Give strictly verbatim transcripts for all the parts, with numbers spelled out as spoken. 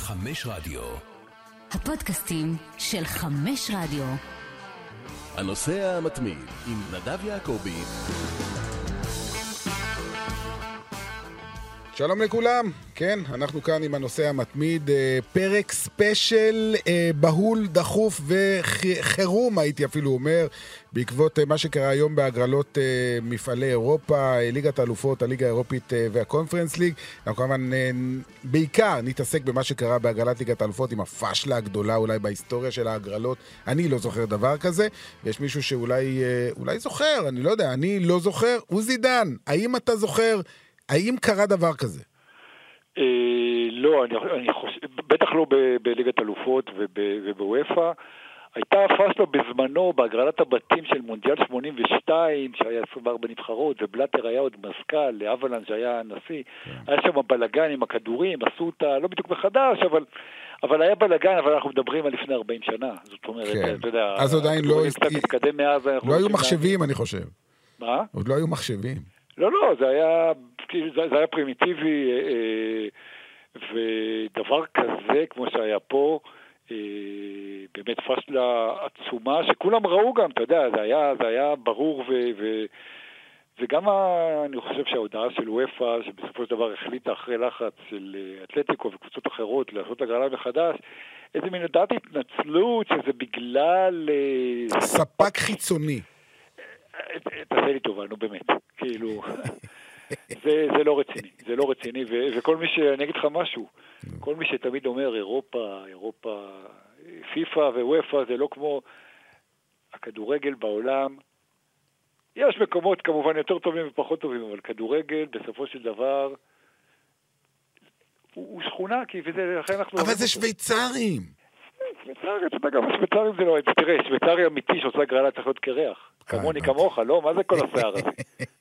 חמש רדיו. הפודקאסטים של חמש רדיו. הנושא המתמיד עם נדב יעקבי. שלום לכולם, כן, אנחנו כאן עם הנושא המתמיד, פרק ספיישל בהול, דחוף וחירום, הייתי אפילו אומר, בעקבות מה שקרה היום בהגרלות מפעלי אירופה, ליגת האלופות, הליגה האירופית והקונפרנס ליג. אנחנו כמובן בעיקר נתעסק במה שקרה בהגרלת ליגת האלופות, עם הפשלה הגדולה אולי בהיסטוריה של ההגרלות. אני לא זוכר דבר כזה, ויש מישהו שאולי אולי זוכר, אני לא יודע, אני לא זוכר. עוזי דן, האם אתה זוכר, האם קרה דבר כזה? לא, אני חושב, בטח לא בליגת אלופות ובוופא. הייתה פשלה בזמנו בהגרלת הבתים של מונדיאל שמונים ושתיים, שהיה עשרים וארבע נבחרות, ובלטר היה עוד מזכ"ל, לאבלן שהיה הנשיא. היה שם בלגן עם הכדורים, עשו אותה, לא בדיוק מחדש, אבל... אבל היה בלגן, אבל אנחנו מדברים על לפני ארבעים שנה. זאת אומרת, אתה יודע... אז עדיין לא... לא היו מחשבים, אני חושב. מה? עוד לא היו מחשבים. לא, לא, זה היה, זה היה פרימיטיבי, ודבר כזה, כמו שהיה פה, באמת פשלה עצומה, שכולם ראו גם, אתה יודע, זה היה, זה היה ברור, ו, ו, וגם אני חושב שההודעה של וופא, שבסופו של דבר החליטה אחרי לחץ של אתלטיקו וקבוצות אחרות לעשות הגרלה מחדש, איזה מין הודעת התנצלות, שזה בגלל... ספק חיצוני. תעשה לי טובה, נו באמת, כאילו, זה, זה לא רציני, זה לא רציני, ו, וכל מי ש... אני אגיד לך משהו, כל מי שתמיד אומר אירופה, אירופה, פיפה ווופא, זה לא כמו הכדורגל בעולם. יש מקומות כמובן יותר טובים ופחות טובים, אבל כדורגל בסופו של דבר הוא, הוא שכונה, כי וזה, לכן אנחנו... אבל זה שוויצרים. שוויצרים, אתה יודע, גם שוויצרים זה לא, תראה, שוויצרי אמיתי שעושה גרלה צריך להיות קרח. כמוני כמוך, לא? מה זה כל השיער הזה?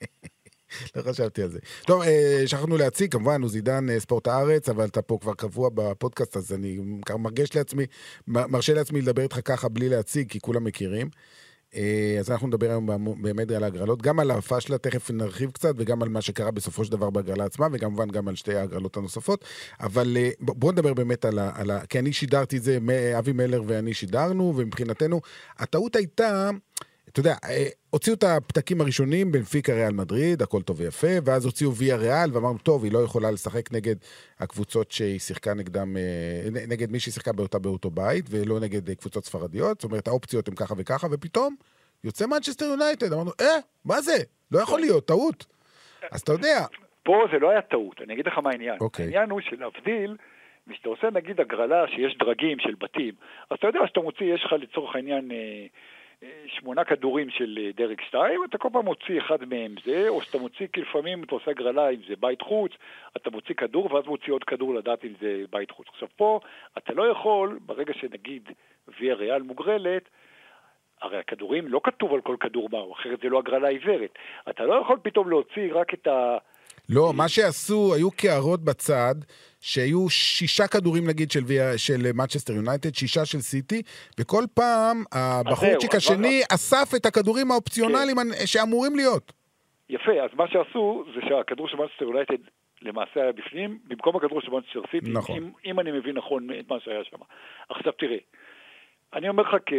לא חשבתי על זה. טוב, שכחנו להציג, כמובן, עוזי דן, ספורט הארץ, אבל אתה פה כבר קבוע בפודקאסט, אז אני מרגיש לעצמי, מרשה לעצמי לדבר איתך ככה בלי להציג, כי כולם מכירים. אז אנחנו נדבר היום באמת על ההגרלות, גם על הפשלה, תכף נרחיב קצת, וגם על מה שקרה בסופו של דבר בהגרלה עצמה, וכמובן גם על שתי ההגרלות הנוספות. אבל בואו נדבר באמת על ה... על ה... כי אני שידרתי את זה, אבי מלר ואני שידרנו, ומבחינתנו, הטעות הייתה... אתה יודע, הוציאו את הפתקים הראשונים בנפיקה ריאל מדריד, הכל טוב ויפה, ואז הוציאו ויה ריאל, ואמרנו, טוב, היא לא יכולה לשחק נגד הקבוצות שהיא שיחקה נגדם, נגד מי שהיא שיחקה באותה באותו בית, ולא נגד קבוצות ספרדיות, זאת אומרת, האופציות הן ככה וככה, ופתאום יוצא מנצ'סטר יונייטד, אמרנו, אה, מה זה? לא יכול להיות, טעות. אז אתה יודע. פה זה לא היה טעות, אני אגיד לך מה העניין. אוקיי. העניין הוא שלהבדיל, ושאתה עושה נגיד הגרלה שיש דרגים של בתים, אז אתה יודע שאתה מוציא, יש לך לצורך העניין שמונה כדורים של דרג שתיים, אתה כל פעם מוציא אחד מהם זה, או שאתה מוציא, כי לפעמים אתה עושה גרלה אם זה בית חוץ, אתה מוציא כדור, ואז מוציא עוד כדור לדעת אם זה בית חוץ. עכשיו פה, אתה לא יכול, ברגע שנגיד ויה ריאל מוגרלת, הרי הכדורים לא כתוב על כל כדור מהו, אחרת זה לא הגרלה עיוורת. אתה לא יכול פתאום להוציא רק את ה... לא, מה שעשו, היו קערות בצד, שהיו שישה כדורים נגיד של, של מנצ'סטר יונייטד, שישה של סיטי, וכל פעם הבחורצ'יק השני אסף את הכדורים האופציונליים כן. שאמורים להיות. יפה, אז מה שעשו זה שהכדור של מנצ'סטר יונייטד למעשה היה בפנים, במקום הכדור של מנצ'סטר סיטי, נכון. אם, אם אני מבין נכון את מה שהיה שם. עכשיו תראה, אני אומר לך כ...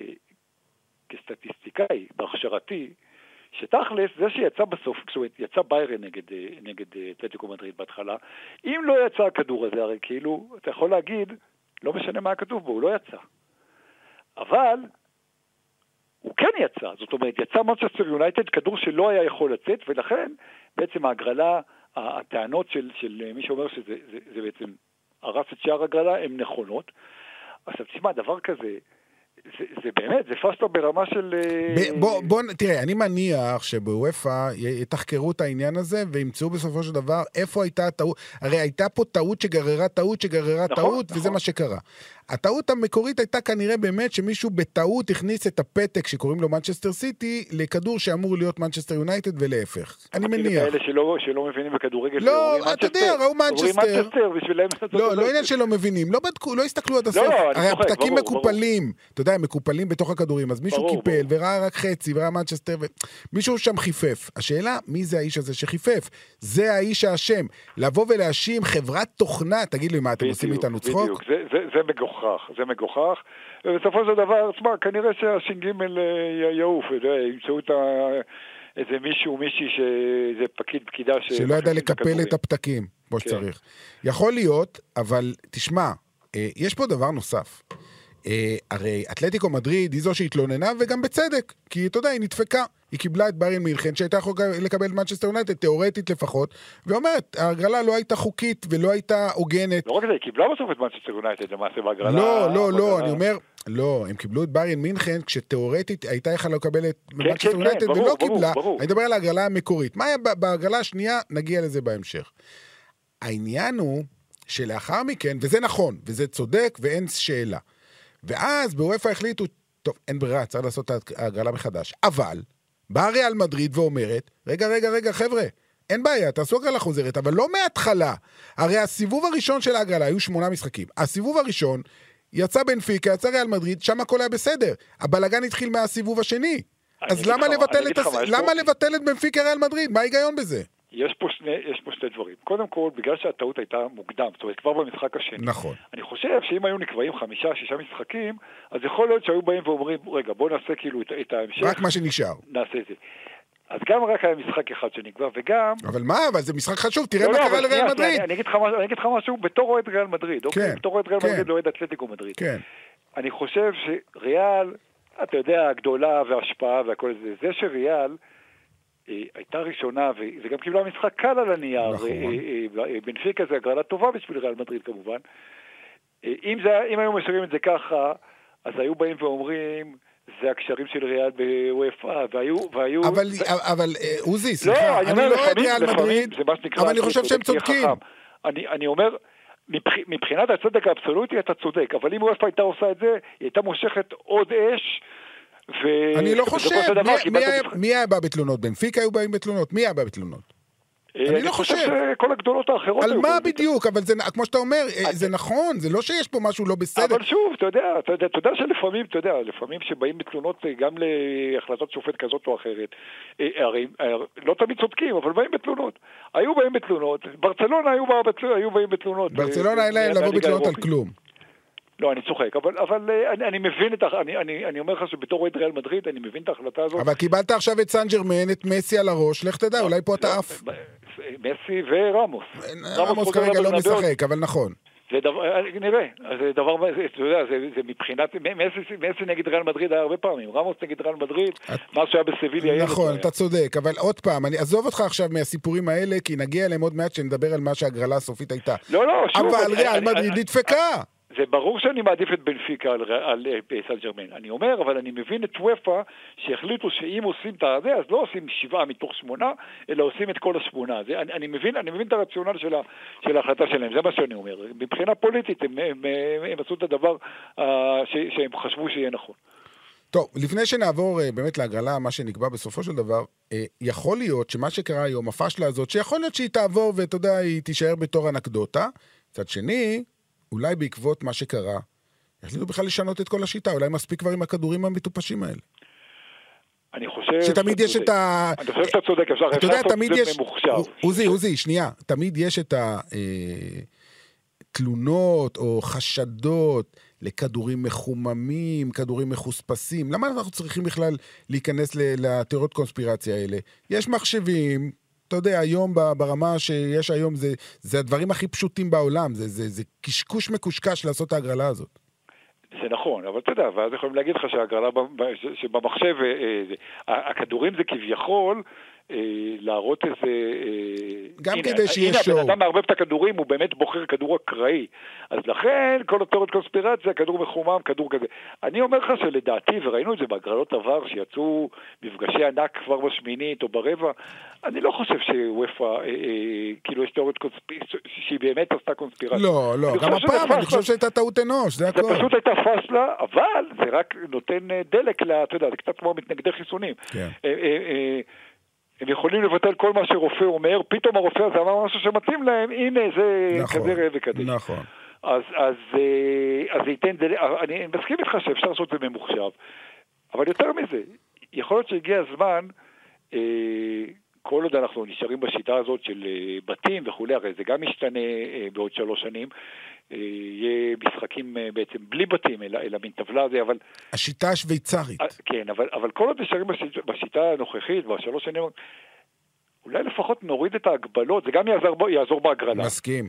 כסטטיסטיקאי, בהכשרתי, שתכלס, זה שיצא בסוף, זאת יצא ביירן נגד, נגד אתלטיקו מדריד בהתחלה, אם לא יצא הכדור הזה, הרי כאילו, אתה יכול להגיד, לא משנה מה הכתוב בו, הוא לא יצא. אבל, הוא כן יצא, זאת אומרת, יצא מנצ'סטר יונייטד, כדור שלא היה יכול לצאת, ולכן, בעצם ההגרלה, הטענות של, של מי שאומר שזה זה, זה בעצם הרס את שער הגרלה, הן נכונות. עכשיו, תשמע, דבר כזה, זה, זה באמת, זה פשלה ברמה של... ב, בוא, בוא, תראה, אני מניח שבוופא יתחקרו את העניין הזה, וימצאו בסופו של דבר איפה הייתה הטעות. הרי הייתה פה טעות שגררה טעות שגררה נכון, טעות, נכון. וזה מה שקרה. הטעות המקורית הייתה כנראה באמת שמישהו בטעות הכניס את הפתק שקוראים לו מנצ'סטר סיטי, לכדור שאמור להיות מנצ'סטר יונייטד ולהפך. אני מניח. אלה שלא, שלא מבינים בכדורגל. לא, אתה יודע, ראו מנצ'סטר. לא, לא עניין שלא מבינים. לא בדקו, לא הסתכלו עד הסוף. הרי הפתקים מקופלים. אתה יודע, יודע, מקופלים בתוך הכדורים, אז מישהו ברור, קיפל ברור. וראה רק חצי, וראה מנצ'סטר, ו... מישהו שם חיפף. השאלה, מי זה האיש הזה שחיפף? זה האיש האשם. לבוא ולהאשים חברת תוכנה, תגיד לי מה, אתם עושים איתנו צחוק? בדיוק, זה, זה, זה מגוחך, זה מגוחך, ובסופו של דבר, תשמע, כנראה שהש"ג יעוף, ימצאו את ה... איזה מישהו, מישהי שזה פקיד, פקידה ש... שלא ידע לקפל את הפתקים, כמו כן. שצריך. יכול להיות, אבל תשמע, יש פה דבר נוסף. הרי אתלטיקו מדריד היא זו שהתלוננה, וגם בצדק, כי אתה יודע, היא נדפקה. היא קיבלה את ביירן מינכן, שהייתה יכולה לקבל את מנצ'סטר יונייטד, תיאורטית לפחות, ואומרת, ההגרלה לא הייתה חוקית ולא הייתה הוגנת. לא רק זה, היא קיבלה בסוף את מנצ'סטר יונייטד, למעשה בהגרלה... לא, לא, לא, אני אומר, לא, הם קיבלו את ביירן מינכן, כשתיאורטית הייתה יכולה לקבל את מנצ'סטר יונייטד, ולא קיבלה, אני מדבר על ההגרלה המקורית. מה היה בהגרלה השנייה? נגיע לזה בהמשך. העניין הוא שלאחר מכן, וזה נכון, וזה צודק, ואין שאלה. ואז באופה החליטו, טוב, אין ברירה, צריך לעשות את ההגרלה מחדש. אבל, באה ריאל מדריד ואומרת, רגע, רגע, רגע, חבר'ה, אין בעיה, תעשו הגרלה חוזרת, אבל לא מההתחלה. הרי הסיבוב הראשון של ההגרלה היו שמונה משחקים. הסיבוב הראשון יצא בנפיקה, יצא ריאל מדריד, שם הכל היה בסדר. הבלגן התחיל מהסיבוב השני. אז למה לבטל את, הס... למה לבטל את בנפיקה ריאל מדריד? מה ההיגיון בזה? יש פה שני, יש פה שני דברים. קודם כל, בגלל שהטעות הייתה מוקדם, זאת אומרת, כבר במשחק השני. נכון. אני חושב שאם היו נקבעים חמישה, שישה משחקים, אז יכול להיות שהיו באים ואומרים, רגע, בוא נעשה כאילו את, את ההמשך. רק מה שנשאר. נעשה את זה. אז גם רק היה משחק אחד שנקבע, וגם... אבל מה? אבל זה משחק חשוב, תראה לא, מה לא, קרה לריאל מדריד. אני, אני, אגיד לך, אני אגיד לך משהו בתור אוהד ריאל מדריד, אוקיי? כן, בתור אוהד ריאל כן. מדריד, לא אוהד אתלטיקו מדריד. כן. אני חושב שריאל, אתה יודע, הגדולה וההשפעה והכל זה, זה שריאל הייתה ראשונה, וגם קיבלה משחק קל על הנייר. נכון. בנפיקה זה הגרלה טובה בשביל ריאל מדריד כמובן. אם, זה, אם היו משאירים את זה ככה, אז היו באים ואומרים, זה הקשרים של ריאל בוופא, והיו... והיו אבל, ו... אבל עוזי, סליחה, לא, אני, אני לא אוהד ריאל מדריד, אבל אני חושב שהם צודקים. אני, אני אומר... מבחינת הצדק האבסולוטי אתה צודק, אבל אם וופא הייתה עושה את זה, היא הייתה מושכת עוד אש, ו... אני לא חושב, מי היה בא בתלונות? בנפיקה היו באים בתלונות? מי היה בא בתלונות? אני לא חושב. שכל הגדולות האחרות... על מה בדיוק? אבל כמו שאתה אומר, זה נכון, זה לא שיש פה משהו לא בסדר. אבל שוב, אתה יודע, אתה יודע שלפעמים, אתה יודע, לפעמים שבאים בתלונות גם להחלטות שופט כזאת או אחרת, הרי לא תמיד צודקים, אבל באים בתלונות. היו באים בתלונות, ברצלונה היו באים בתלונות. ברצלונה אין להם לבוא בתלונות על כלום. לא, אני צוחק, אבל, אבל אני, אני מבין את, אני, אני, אני אומר לך שבתור אוהד ריאל מדריד, אני מבין את ההחלטה הזאת. אבל קיבלת עכשיו את סן ג'רמן, את מסי על הראש, לך תדע, אולי פה אתה עף. מסי ורמוס. רמוס כרגע לא משחק, אבל נכון. זה דבר, נראה, זה דבר, אתה יודע, זה מבחינת, מסי נגד ריאל מדריד היה הרבה פעמים, רמוס נגד ריאל מדריד, מה שהיה בסביליה. נכון, אתה צודק, אבל עוד פעם, אני אעזוב אותך עכשיו מהסיפורים האלה, כי נגיע אליהם עוד מעט שנדבר על מה שהגרלה הסופית הייתה. לא, לא, שוב. אבל ריאל מדריד נדפקה. זה ברור שאני מעדיף את בנפיקה על, על, על סן ג'רמן. אני אומר, אבל אני מבין את וופא שהחליטו שאם עושים את זה, אז לא עושים שבעה מתוך שמונה, אלא עושים את כל השמונה. זה, אני, אני מבין, אני מבין את הרציונל של, ה, של ההחלטה שלהם, זה מה שאני אומר. מבחינה פוליטית הם, הם, הם, הם עשו את הדבר uh, ש, שהם חשבו שיהיה נכון. טוב, לפני שנעבור uh, באמת להגרלה, מה שנקבע בסופו של דבר, uh, יכול להיות שמה שקרה היום, הפשלה הזאת, שיכול להיות שהיא תעבור ואתה יודע, היא תישאר בתור אנקדוטה. צד שני, אולי בעקבות מה שקרה, החליטו בכלל לשנות את כל השיטה, אולי מספיק כבר עם הכדורים המטופשים האלה. אני חושב... שתמיד יש את ה... אני חושב שאתה צודק, אפשר לעשות את זה ממוחשב. עוזי, עוזי, שנייה, תמיד יש את התלונות או חשדות לכדורים מחוממים, כדורים מחוספסים. למה אנחנו צריכים בכלל להיכנס לתיאוריות קונספירציה האלה? יש מחשבים... אתה יודע, היום ברמה שיש היום, זה, זה הדברים הכי פשוטים בעולם, זה, זה, זה קשקוש מקושקש לעשות את ההגרלה הזאת. זה נכון, אבל אתה יודע, ואז יכולים להגיד לך שההגרלה, שבמחשב, הכדורים זה כביכול, להראות איזה... גם כדי שיש שואו. הנה, הבן אדם מערבב את הכדורים, הוא באמת בוחר כדור אקראי. אז לכן, כל התיאוריות קונספירציה, כדור מחומם, כדור כזה. אני אומר לך שלדעתי, וראינו את זה בהגרלות עבר, שיצאו מפגשי ענק כבר בשמינית או ברבע, אני לא חושב שוופא, כאילו יש תיאוריות קונספירציה, שהיא באמת עשתה קונספירציה. לא, לא, גם הפעם, אני חושב שהייתה טעות אנוש, זה הכל. זה פשוט הייתה פשלה, אבל זה רק נותן דלק, אתה יודע, זה קצת כמו מתנגדי חיסונים. כן. הם יכולים לבטל כל מה שרופא אומר, פתאום הרופא הזה אמר משהו שמתאים להם, הנה זה נכון, כזה ראה וכזה. נכון. אז, אז, אז זה ייתן, אני מסכים איתך שאפשר לעשות את זה ממוחשב, אבל יותר מזה, יכול להיות שהגיע הזמן, כל עוד אנחנו נשארים בשיטה הזאת של בתים וכו', הרי זה גם משתנה בעוד שלוש שנים, יהיה משחקים בעצם בלי בתים, אלא, אלא מן טבלה הזה, אבל... השיטה השוויצרית. כן, אבל, אבל כל עוד נשארים בשיטה, בשיטה הנוכחית, בשלוש שנים, אולי לפחות נוריד את ההגבלות, זה גם יעזור, יעזור בהגרלה. מסכים.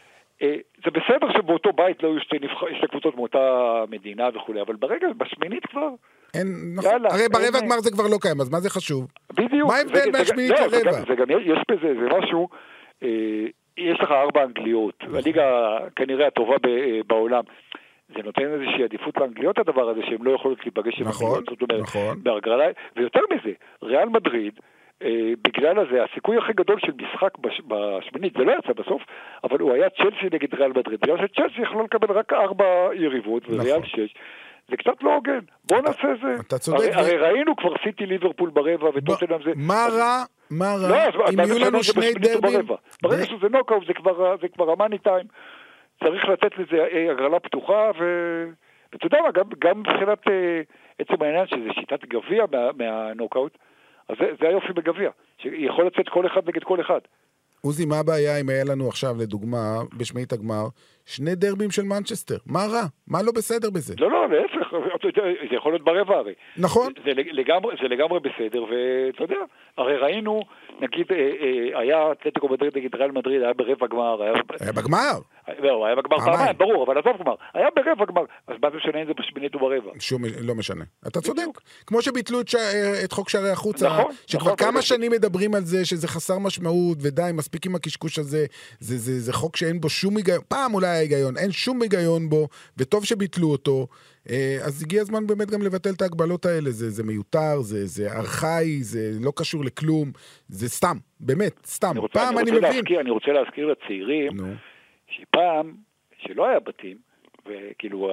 זה בסדר שבאותו בית לא יהיו שתי, שתי קבוצות מאותה מדינה וכו', אבל ברגע, בשמינית כבר... אין, נכון. יאללה, הרי ברבע גמר זה כבר לא קיים, אז מה זה חשוב? בדיוק. מה ההבדל בין שמינית לרבע? זה גם, זה גם יש בזה, זה משהו, אה, יש לך ארבע אנגליות, הליגה כנראה הטובה ב, אה, בעולם, זה נותן איזושהי עדיפות לאנגליות הדבר הזה, שהם לא יכולים להיפגש עם נכון, אנגליות, זאת אומרת, נכון. בהגרלה, ויותר מזה, ריאל מדריד, אה, בגלל הזה, הסיכוי הכי גדול של משחק בש, בשמינית, זה לא יצא בסוף, אבל הוא היה צ'לסי נגד ריאל מדריד, בגלל שצ'לסי יכלו לקבל רק ארבע יריבות, וריאל נכון. שש, זה קצת לא הוגן, בוא נעשה זה. אתה צודק. הרי, הרי ראינו כבר סיטי ליברפול ברבע וטוטנהאם זה... מה רע? מה רע? לא, אם יהיו לנו שני דרבים? ברגע שזה נוקאוט, זה כבר המאני טיים. צריך לתת לזה הגרלה פתוחה, ואתה יודע מה, גם מבחינת עצם העניין שזה שיטת גביע מהנוקאוט, אז זה היופי בגביע, שיכול לצאת כל אחד נגד כל אחד. עוזי, מה הבעיה אם היה לנו עכשיו, לדוגמה, בשמינית הגמר, שני דרבים של מנצ'סטר? מה רע? מה לא בסדר בזה? לא, לא, להפך, זה יכול להיות ברבע הרי. נכון. זה לגמרי, זה לגמרי בסדר, ואתה יודע, הרי ראינו, נגיד, היה אתלטיקו מדריד נגד ריאל מדריד, היה ברבע גמר. היה בגמר? לא, היה בגמר פעמיים, ברור, אבל עזוב גמר. היה ברבע גמר, אז מה זה משנה אם זה בשמינית וברבע? שום, לא משנה. אתה צודק. כמו שביטלו את חוק שערי החוצה, שכבר כמה שנים מדברים על זה, שזה חסר משמעות, ודי, מספיק עם הקשקוש הזה, זה חוק שאין בו שום היגיון, פעם אולי ההיגיון, אין שום היגיון בו, וטוב שביטלו אותו, אז הגיע הזמן באמת גם לבטל את ההגבלות האלה, זה, זה מיותר, זה, זה ארכאי, זה לא קשור לכלום, זה סתם, באמת, סתם. אני רוצה, פעם אני אני רוצה מבין. להזכיר, אני רוצה להזכיר לצעירים, נו. שפעם, שלא היה בתים, וכאילו,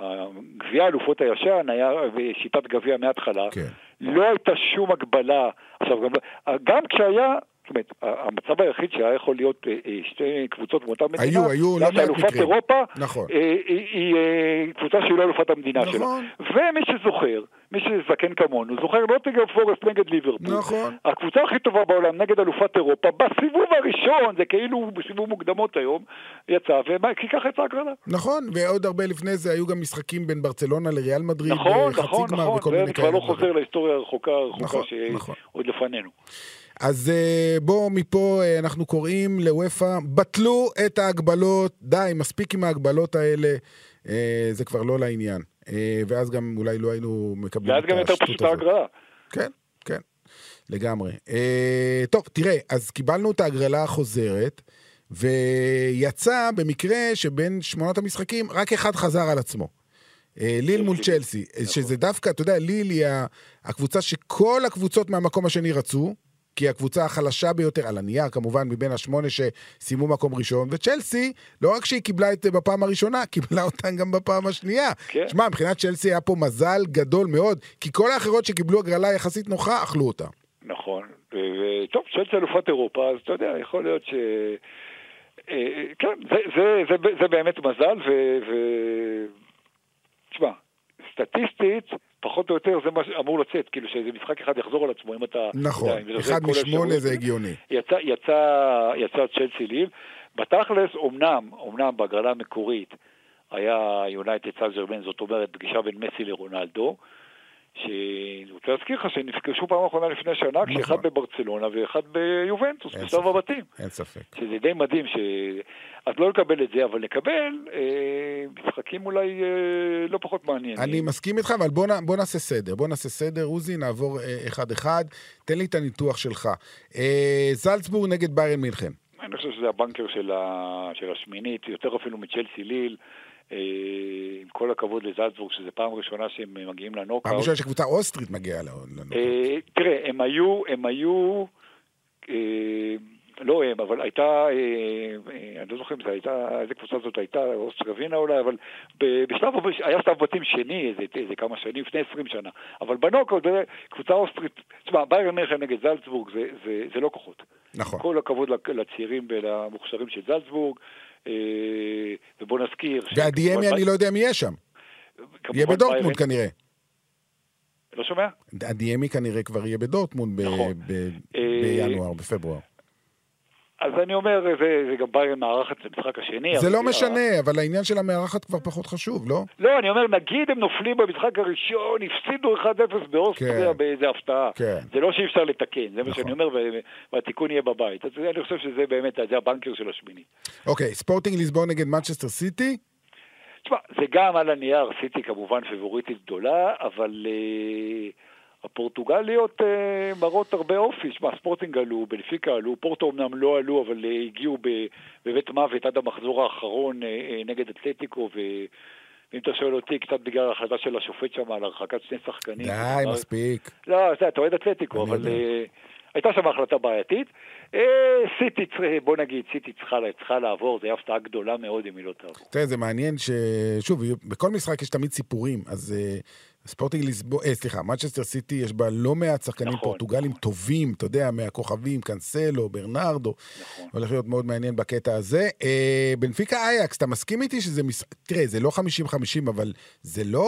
גביע האלופות הישן היה שיטת גביע מההתחלה, כן. לא הייתה שום הגבלה, עכשיו גם, גם כשהיה, זאת אומרת, המצב היחיד שהיה יכול להיות שתי קבוצות מאותה מדינה, היו, היו, לא מעט אלופת מקרים. אירופה, נכון. היא קבוצה שהיא לא אלופת המדינה נכון. שלה. ומי שזוכר, מי שזקן כמונו, זוכר נוטינגהאם פורסט נגד ליברפול. נכון. הקבוצה הכי טובה בעולם נגד אלופת אירופה, בסיבוב הראשון, זה כאילו בסיבוב מוקדמות היום, יצא, כי ככה יצא הגרלה. נכון, ועוד הרבה לפני זה היו גם משחקים בין ברצלונה לריאל מדריד, נכון, חצי נכון, גמר נכון, וכל מיני זה כבר לא חוזר להיסטוריה הרחוקה, הרחוקה שעוד לפנינו. אז בואו מפה אנחנו קוראים לוופא, בטלו את ההגבלות, די, מספיק עם ההגבלות האלה, זה כבר לא לעניין. ואז גם אולי לא היינו מקבלים את השטות הזאת. ואז גם יותר פשוט ההגרלה. כן, כן, לגמרי. טוב, תראה, אז קיבלנו את ההגרלה החוזרת, ויצא במקרה שבין שמונת המשחקים, רק אחד חזר על עצמו. ליל מול צ'לסי, שזה דווקא, אתה יודע, ליל היא הקבוצה שכל הקבוצות מהמקום השני רצו, כי הקבוצה החלשה ביותר, על הנייר כמובן, מבין השמונה שסיימו מקום ראשון, וצ'לסי, לא רק שהיא קיבלה את בפעם הראשונה, קיבלה אותן גם בפעם השנייה. כן. שמה, מבחינת צ'לסי היה פה מזל גדול מאוד, כי כל האחרות שקיבלו הגרלה יחסית נוחה, אכלו אותה. נכון, וטוב, צ'לסי אלופת אירופה, אז אתה יודע, יכול להיות ש... כן, זה, זה, זה, זה באמת מזל, ו... ו... תשמע, סטטיסטית, פחות או יותר זה מה שאמור לצאת, כאילו שאיזה משחק אחד יחזור על עצמו, אם אתה... נכון, יודע, אחד משמונה זה הגיוני. יצא, יצא, יצא צ'לסי ליל, בתכלס, אומנם, אומנם בהגרלה המקורית, היה יונייטד סן ז'רמן, זאת אומרת, פגישה בין מסי לרונלדו, שאני רוצה להזכיר לך שנפגשו פעם אחרונה לפני שנה, נכון. כשאחד בברצלונה ואחד ביובנטוס, בשלב הבתים. אין ספק. שזה די מדהים, ש... אז לא לקבל את זה, אבל לקבל אה, משחקים אולי אה, לא פחות מעניינים. אני מסכים איתך, אבל בוא, בוא נעשה סדר. בוא נעשה סדר, עוזי, נעבור אה, אחד אחד. תן לי את הניתוח שלך. אה, זלצבורג נגד ביירן מינכן. אני חושב שזה הבנקר של, ה... של השמינית, יותר אפילו מצ'לסי ליל. עם כל הכבוד לזלצבורג, שזו פעם ראשונה שהם מגיעים לנוקאוט. פעם ראשונה שקבוצה אוסטרית מגיעה לנוקאוט. תראה, הם היו, הם היו, לא הם, אבל הייתה, אני לא זוכר אם זה הייתה, איזה קבוצה זאת הייתה, אוסטריה ווינה אולי, אבל בשלב, היה שלב בתים שני, איזה כמה שנים, לפני עשרים שנה, אבל בנוקאוט, קבוצה אוסטרית, תשמע, ביירן מינכן נגד זלצבורג, זה לא כוחות. נכון. כל הכבוד לצעירים ולמוכשרים של זלצבורג, ובוא נזכיר... והדיאמי אני לא יודע מי יהיה שם. יהיה בדורטמונד כנראה. לא שומע? הדיאמי כנראה כבר יהיה בדורטמונד בינואר, בפברואר. אז אני אומר, זה, זה גם ביירן מארחת במשחק השני. זה לא משנה, אבל העניין של המארחת כבר פחות חשוב, לא? לא, אני אומר, נגיד הם נופלים במשחק הראשון, הפסידו אחד אפס באוסטריה באיזה הפתעה. זה לא שאי אפשר לתקן, זה מה שאני אומר, והתיקון יהיה בבית. אז אני חושב שזה באמת, זה הבנקר של השמיני. אוקיי, ספורטינג ליסבון נגד מנצ'סטר סיטי? תשמע, זה גם על הנייר, סיטי כמובן פבוריטית גדולה, אבל... הפורטוגליות uh, מראות הרבה אופי, שמה, ספורטינג עלו, בנפיקה עלו, פורטו אמנם לא עלו, אבל uh, הגיעו ב- בבית מוות עד המחזור האחרון uh, uh, נגד אתלטיקו, ו- ואם אתה שואל אותי, קצת בגלל ההחלטה של השופט שם על הרחקת שני שחקנים. די, מספיק. לא, זה, אתה אוהד אתלטיקו, אבל uh, הייתה שם החלטה בעייתית. Uh, סיטי, בוא נגיד, סיטי צריכה, צריכה לעבור, זה היה הפתעה גדולה מאוד אם היא לא תעבור. תראה, זה מעניין ששוב, בכל משחק יש תמיד סיפורים, אז... Uh... ספורטינג ליסבון, אה, סליחה, מנצ'סטר סיטי יש בה לא מעט שחקנים נכון, פורטוגלים נכון. טובים, אתה יודע, מהכוכבים, קנסלו, ברנרדו, נכון. הולך להיות מאוד מעניין בקטע הזה. אה, בנפיקה אייקס, אתה מסכים איתי שזה, מש... תראה, זה לא חמישים חמישים, אבל זה לא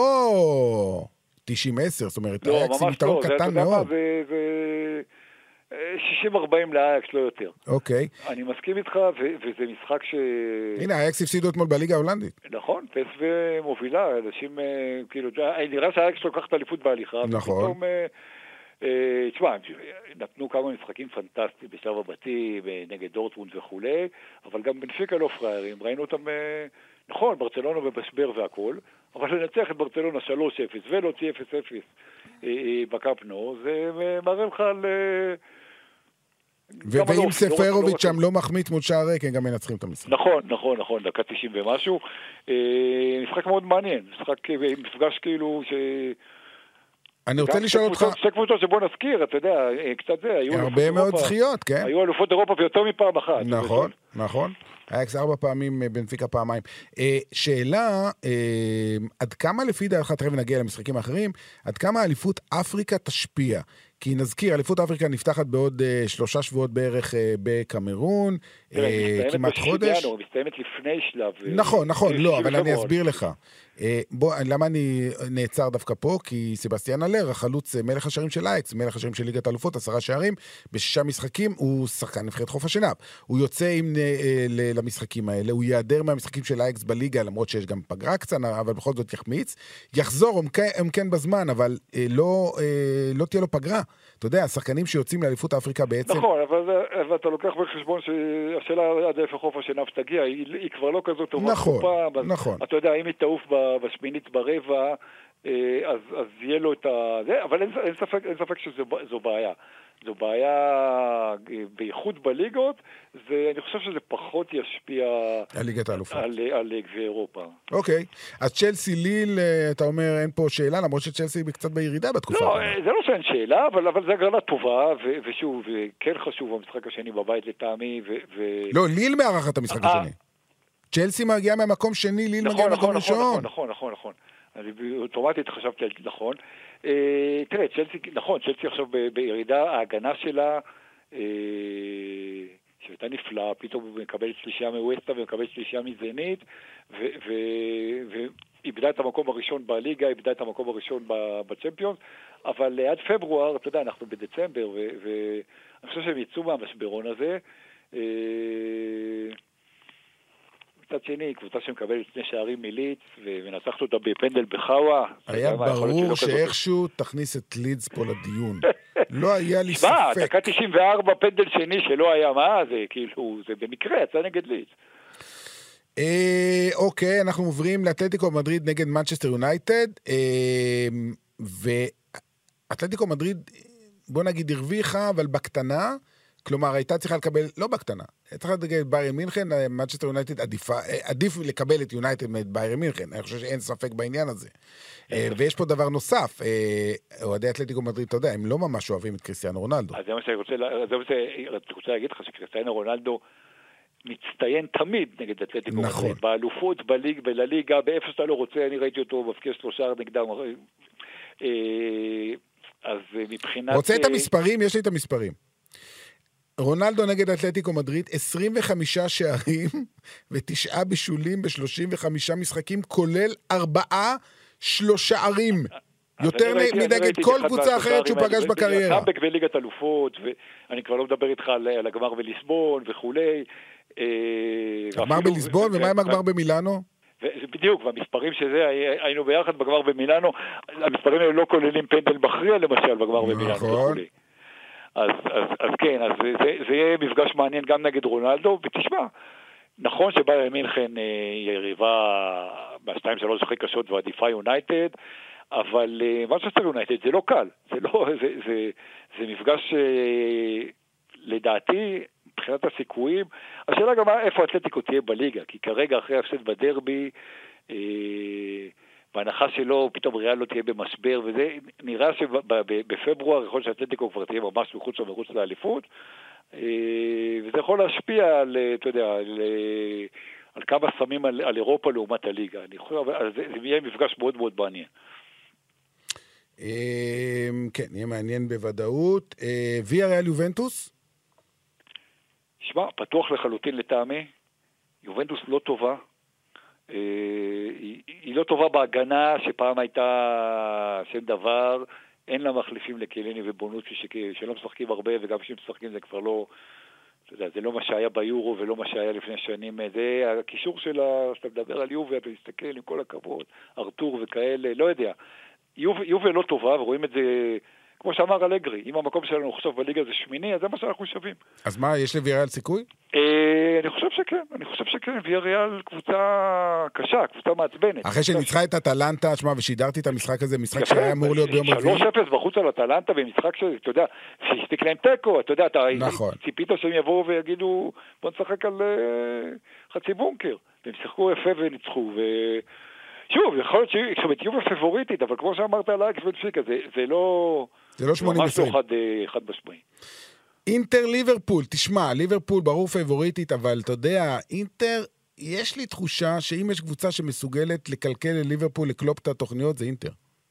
תשעים עשר, זאת אומרת, לא, אייקס עם יתרון לא, קטן מאוד. זה, זה... שישים ארבעים לאייקס, לא יותר. אוקיי. אני מסכים איתך, ו- וזה משחק ש... הנה, אייקס הפסידו אתמול בליגה ההולנדית. נכון, פס ומובילה, אנשים, כאילו, נראה שהאייקס לוקח את האליפות בהליכה. נכון. ופתאום, אה, תשמע, נתנו כמה משחקים פנטסטיים בשלב הבתים, נגד דורטמונד וכו', אבל גם בנפיקה לא פריירים, ראינו אותם, אה, נכון, ברצלונה במשבר והכל, אבל לנצח את ברצלונה שלוש אפס ולהוציא אפס אפס אה, אה, בקאפ-נו, זה מראה לך על... אה, ואם ספרוביץ' שם לא מחמיץ מול שער ריק, הם גם מנצחים את המשחק. נכון, נכון, נכון, דקה תשעים ומשהו. משחק מאוד מעניין, משחק, מפגש כאילו ש... אני רוצה לשאול אותך... שתי קבוצות שבוא נזכיר, אתה יודע, קצת זה, היו... הרבה מאוד זכיות, כן. היו אלופות אירופה ויותר מפעם אחת. נכון, נכון. אייקס ארבע פעמים, בנפיקה פעמיים. שאלה, עד כמה לפי דעתך, תכף נגיע למשחקים האחרים, עד כמה אליפות אפריקה תשפיע? כי נזכיר, אליפות אפריקה נפתחת בעוד שלושה שבועות בערך בקמרון, כמעט חודש. היא מסתיימת לפני שלב. נכון, נכון, לא, אבל אני אסביר לך. בוא, למה אני נעצר דווקא פה? כי סבסטיאן אלר, החלוץ מלך השערים של אייקס, מלך השערים של ליגת האלופות, עשרה שערים, בשישה משחקים, הוא שחקן נבחרת חוף השנהב. הוא יוצא עם, למשחקים האלה, הוא יעדר מהמשחקים של אייקס בליגה, למרות שיש גם פגרה קצנה, אבל בכל זאת יחמיץ. יחזור, הם כן בזמן, אבל לא, לא תהיה לו פגרה. אתה יודע, השחקנים שיוצאים לאליפות אפריקה בעצם... נכון, אבל אתה לוקח בחשבון שהשאלה עד איפה חוף השנהב תגיע, היא כבר לא כזאת טובה. נכון, נכון. אתה יודע, אם היא תעוף בשמינית ברבע, אז יהיה לו את ה... אבל אין ספק שזו בעיה. זו בעיה בייחוד בליגות, אני חושב שזה פחות ישפיע על ליגת האלופות. על גביע אירופה. אוקיי, אז צ'לסי ליל, אתה אומר, אין פה שאלה, למרות שצ'לסי קצת בירידה בתקופה. לא, זה לא שאין שאלה, אבל זה הגרלה טובה, ושוב, כן חשוב המשחק השני בבית לטעמי. לא, ליל מארחת המשחק השני. צ'לסי מגיעה מהמקום שני, ליל מגיעה מהמקום ראשון. נכון, נכון, נכון. אני אוטומטית חשבתי על נכון. תראה, צ'לסי, נכון, צ'לסי עכשיו בירידה, ההגנה שלה שהייתה נפלאה, פתאום הוא מקבל שלישייה מווסטה ומקבל שלישייה מזנית, ואיבדה את המקום הראשון בליגה, איבדה את המקום הראשון בצ'מפיונס, אבל עד פברואר, אתה יודע, אנחנו בדצמבר, ואני חושב שהם יצאו מהמשברון הזה. מצד שני, קבוצה שמקבלת שני שערים מליץ, ומנצחת אותה בפנדל בחאווה. היה ברור שאיכשהו תכניס את לידס פה לדיון. לא היה לי ספק. מה, דקה תשעים וארבע פנדל שני שלא היה מה, זה כאילו, זה במקרה, יצא נגד לידס. אוקיי, אנחנו עוברים לאתלטיקו מדריד נגד מנצ'סטר יונייטד, ואתלטיקו מדריד, בוא נגיד, הרוויחה, אבל בקטנה, כלומר, הייתה צריכה לקבל, לא בקטנה, הייתה צריכה לקבל את ביירן מינכן, מנצ'סטר יונייטד עדיף לקבל את יונייטד מאת ביירן מינכן, אני חושב שאין ספק בעניין הזה. ויש פה דבר נוסף, אוהדי אתלטיקו מדריד, אתה יודע, הם לא ממש אוהבים את קריסטיאנו רונלדו. אז זה מה שאני רוצה להגיד לך, שקריסטיאנו רונלדו מצטיין תמיד נגד אתלטיקו מדריד, באלופות, בליג, בלליגה, באיפה שאתה לא רוצה, אני ראיתי אותו מבקיע שלושה נגדם. אז מבחינת... רוצה את המספרים? יש לי את המספרים. רונלדו נגד אתלטיקו מדריד, עשרים וחמישה שערים ותשעה בישולים ב-שלושים וחמישה משחקים, כולל ארבעה שערים. יותר מנגד כל קבוצה אחרת שהוא פגש בקריירה. קאמבק וליגת אלופות, ואני כבר לא מדבר איתך על הגמר בליסבון וכולי. הגמר בליסבון, ומה עם הגמר במילאנו? בדיוק, והמספרים שזה, היינו ביחד בגמר במילאנו, המספרים האלה לא כוללים פנדל מכריע למשל בגמר במילאנו וכולי. אז, אז, אז כן, אז זה, זה יהיה מפגש מעניין גם נגד רונלדו, ותשמע, נכון שבאיירן מינכן היא יריבה בשתיים שלוש הכי קשות ועדיפה יונייטד, אבל מנצ'סטר יונייטד זה לא קל, זה לא, זה, זה, זה מפגש לדעתי, מבחינת הסיכויים, השאלה גם איפה אתלטיקו תהיה בליגה, כי כרגע אחרי הפסד בדרבי, אה, בהנחה שלו פתאום ריאל לא תהיה במשבר, וזה נראה שבפברואר יכול שאתלטיקו כבר תהיה ממש מחוץ ומחוץ לאליפות, וזה יכול להשפיע על, אתה יודע, על, על כמה שמים על, על אירופה לעומת הליגה. אני חושב, זה, זה יהיה מפגש מאוד מאוד מעניין. כן, יהיה מעניין בוודאות. ויה ריאל יובנטוס? שמע, פתוח לחלוטין לטעמי. יובנטוס לא טובה. היא, היא לא טובה בהגנה שפעם הייתה שם דבר, אין לה מחליפים לקליני ובונוצ'י שלא משחקים הרבה, וגם כשהם משחקים זה כבר לא, אתה יודע, זה לא מה שהיה ביורו ולא מה שהיה לפני שנים. זה הקישור שלה, שאתה מדבר על יובה, אתה מסתכל עם כל הכבוד, ארתור וכאלה, לא יודע. יובה, יובה לא טובה, ורואים את זה, כמו שאמר אלגרי, אם המקום שלנו עכשיו בליגה זה שמיני, אז זה מה שאנחנו שווים. אז מה, יש לוויאריאל סיכוי? אה, אני חושב שכן, אני חושב שכן, ויאריאל קבוצה קשה, קבוצה מעצבנת. אחרי שניצחה את אטלנטה, שמה, ושידרתי את המשחק הזה, משחק שהיה אמור להיות ביום רביעי. שלוש אפס בחוץ על אטלנטה, במשחק שאתה יודע, שהספיק להם טקו, אתה יודע, אתה ציפית שהם יבואו ויגידו, בוא נשחק על חצי בונקר. והם שיחקו יפה וניצחו, ו... שוב, יכול להיות שהיא יובה פבוריטית, אבל כמו שאמרת על האקס בנפיקה, זה לא... זה לא שמונים עשרים. ממש לא חד משמעי. אינטר ליברפול, תשמע, ליברפול ברור פבוריטית, אבל אתה יודע, אינטר, יש לי תחושה שאם יש קבוצה שמסוגלת לקלקל לליברפול, לקלופ את התוכניות, זה אינטר.